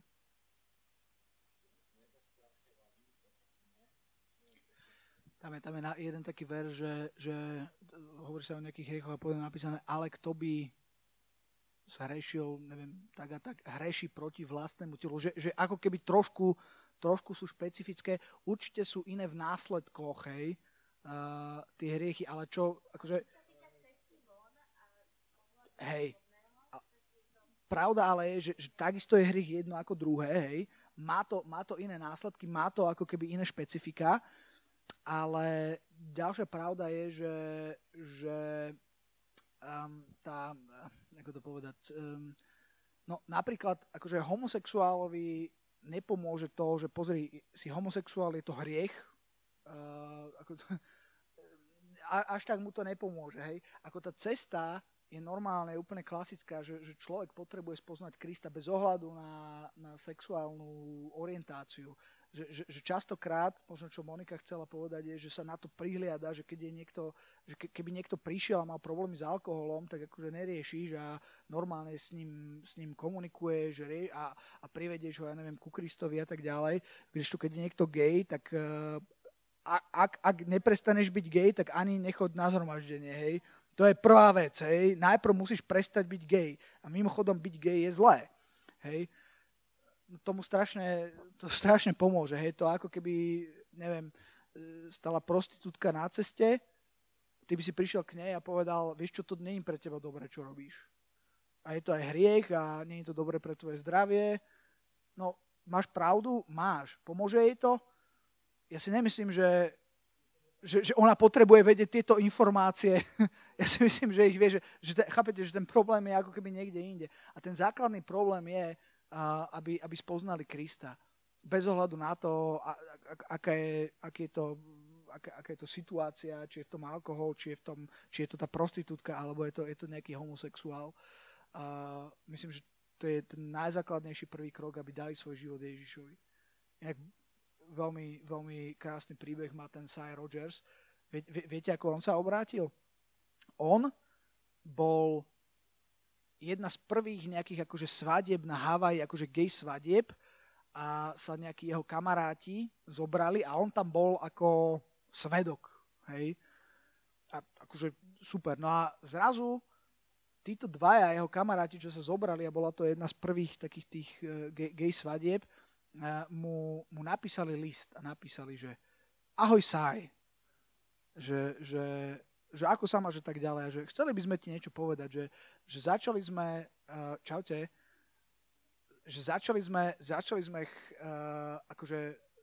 Tam je jeden taký verš, že hovorí sa o nejakých hriechoch a potom napísané, ale kto by zhrešil, neviem, tak a tak, hreší proti vlastnému telu. Že ako keby trošku sú špecifické, určite sú iné v následkoch, hej, tie hriechy, ale čo, akože... Hej, pravda ale je, že takisto je hriech jedno ako druhé, hej, má to iné následky, má to ako keby iné špecifika, ale ďalšia pravda je, že tá, ako to povedať, no napríklad akože homosexuálovi nepomôže to, že pozri, si homosexuál, je to hriech, až tak mu to nepomôže, hej. Ako tá cesta je normálne, je úplne klasická, že človek potrebuje spoznať Krista bez ohľadu na sexuálnu orientáciu. Že častokrát, možno čo Monika chcela povedať, je, že sa na to prihliada, že keď je keby niekto prišiel a mal problémy s alkoholom, tak akože neriešiš a normálne s ním komunikuješ a privedieš ho, ja neviem, ku Kristovi a tak ďalej. Kdežto keď je niekto gay, tak ak neprestaneš byť gay, tak ani nechod na zhromaždenie, hej. To je prvá vec, hej. Najprv musíš prestať byť gay. A mimochodom byť gay je zlé, hej. Tomu strašne pomôže. Hej, to ako keby, neviem, stala prostitútka na ceste, ty by si prišiel k nej a povedal, vieš čo, to nie je pre teba dobre, čo robíš. A je to aj hriech a nie je to dobre pre tvoje zdravie. No, máš pravdu? Máš. Pomôže jej to? Ja si nemyslím, že ona potrebuje vedieť tieto informácie. Ja si myslím, že ich vie, chápete, že ten problém je ako keby niekde inde. A ten základný problém je, aby spoznali Krista. Bez ohľadu na to, aká je to situácia, či je v tom alkohol, či je to tá prostitútka, alebo je to nejaký homosexuál. Myslím, že to je ten najzákladnejší prvý krok, aby dali svoj život Ježišovi. Inak veľmi, veľmi krásny príbeh má ten Sy Rogers. Viete, ako on sa obrátil? On bol jedna z prvých nejakých akože svadieb na Havaji, akože gay svadieb a sa nejakí jeho kamaráti zobrali a on tam bol ako svedok, hej. A akože super. No a zrazu títo dvaja jeho kamaráti, čo sa zobrali a bola to jedna z prvých takých tých gay svadieb, mu napísali list a napísali, že ahoj Sy, že ako sa máš, tak ďalej, že chceli by sme ti niečo povedať, že začali sme, čaute, že začali sme akože,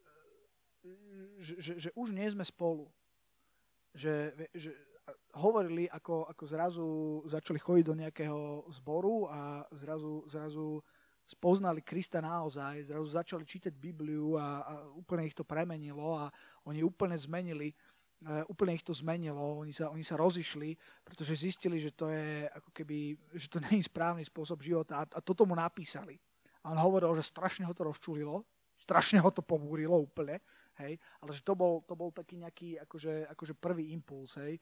že už nie sme spolu. Že hovorili, ako zrazu začali chodiť do nejakého zboru a zrazu spoznali Krista naozaj, zrazu začali čítať Bibliu a úplne ich to premenilo a oni úplne ich to zmenilo, oni sa rozišli, pretože zistili, že to je ako keby, že to nie je správny spôsob života a toto mu napísali. A on hovoril, že strašne ho to rozčulilo, strašne ho to pobúrilo úplne, hej, ale že to bol taký nejaký akože prvý impuls, hej,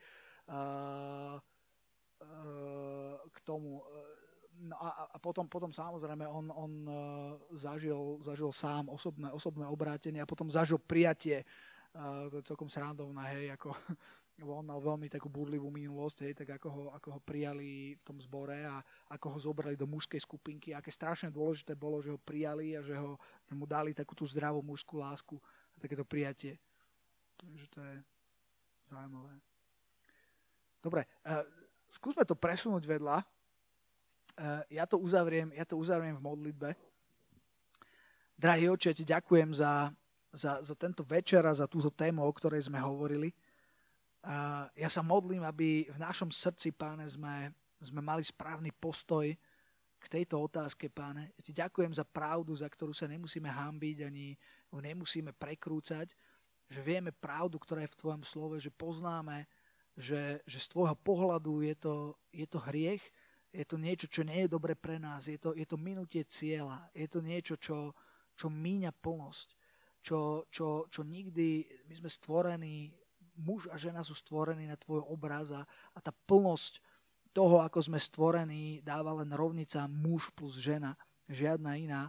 k tomu. No a potom samozrejme on zažil sám osobné obrátenie a potom zažil prijatie. To je celkom srandovné, hej, ako on mal veľmi takú búrlivú minulosť, hej, tak ako ho prijali v tom zbore a ako ho zobrali do mužskej skupinky, aké strašne dôležité bolo, že ho prijali a že mu dali takú tú zdravú mužskú lásku a takéto prijatie. Takže to je zaujímavé. Dobre, skúsme to presunúť vedľa. Ja to uzavriem v modlitbe. Drahý Otče, ti ďakujem za za tento večer a za túto tému, o ktorej sme hovorili. Ja sa modlím, aby v našom srdci, Páne, sme mali správny postoj k tejto otázke, Páne. Ja ti ďakujem za pravdu, za ktorú sa nemusíme hanbiť, ani ju nemusíme prekrúcať, že vieme pravdu, ktorá je v tvojom slove, že poznáme, že z tvojho pohľadu je to hriech, je to niečo, čo nie je dobre pre nás, je to minutie cieľa, je to niečo, čo míňa plnosť, čo nikdy, my sme stvorení, muž a žena sú stvorení na tvoj obraz a tá plnosť toho, ako sme stvorení, dáva len rovnica muž plus žena, žiadna iná.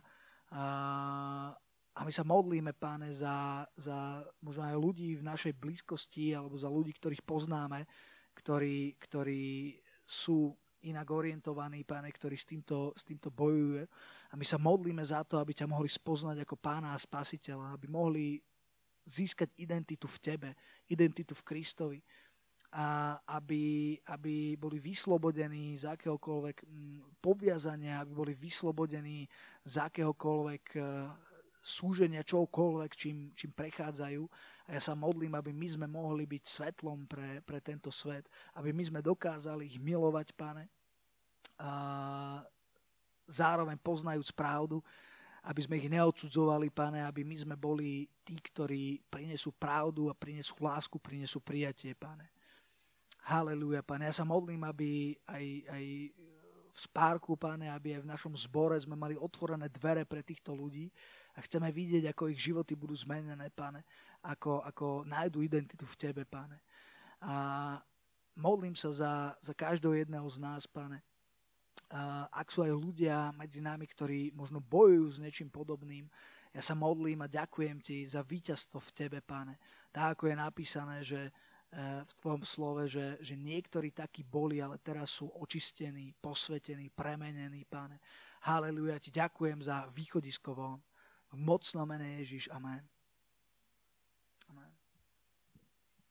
A my sa modlíme, Páne, za možno aj ľudí v našej blízkosti alebo za ľudí, ktorých poznáme, ktorí sú inak orientovaní, Páne, ktorí s týmto bojujú. A my sa modlíme za to, aby ťa mohli spoznať ako Pána a Spasiteľa, aby mohli získať identitu v tebe, identitu v Kristovi. A aby boli vyslobodení z akéhokoľvek poviazania, aby boli vyslobodení z akéhokoľvek súženia, čokoľvek, čím prechádzajú. A ja sa modlím, aby my sme mohli byť svetlom pre tento svet, aby my sme dokázali ich milovať, Pane, a zároveň poznajúc pravdu, aby sme ich neodsudzovali, Pane, aby my sme boli tí, ktorí prinesú pravdu a prinesú lásku, prinesú prijatie, Pane. Halelúja, Pane. Ja sa modlím, aby aj v Spárku, Pane, aby aj v našom zbore sme mali otvorené dvere pre týchto ľudí a chceme vidieť, ako ich životy budú zmenené, Pane, ako nájdu identitu v Tebe, Pane. A modlím sa za každého jedného z nás, Pane. Ak sú aj ľudia medzi nami, ktorí možno bojujú s niečím podobným, ja sa modlím a ďakujem Ti za víťazstvo v Tebe, Pane. Tak, ako je napísané, že v Tvojom slove, že niektorí takí boli, ale teraz sú očistení, posvetení, premenení, Pane. Halelúja, Ti ďakujem za východisko von. V mocnom mene Ježiš. Amen.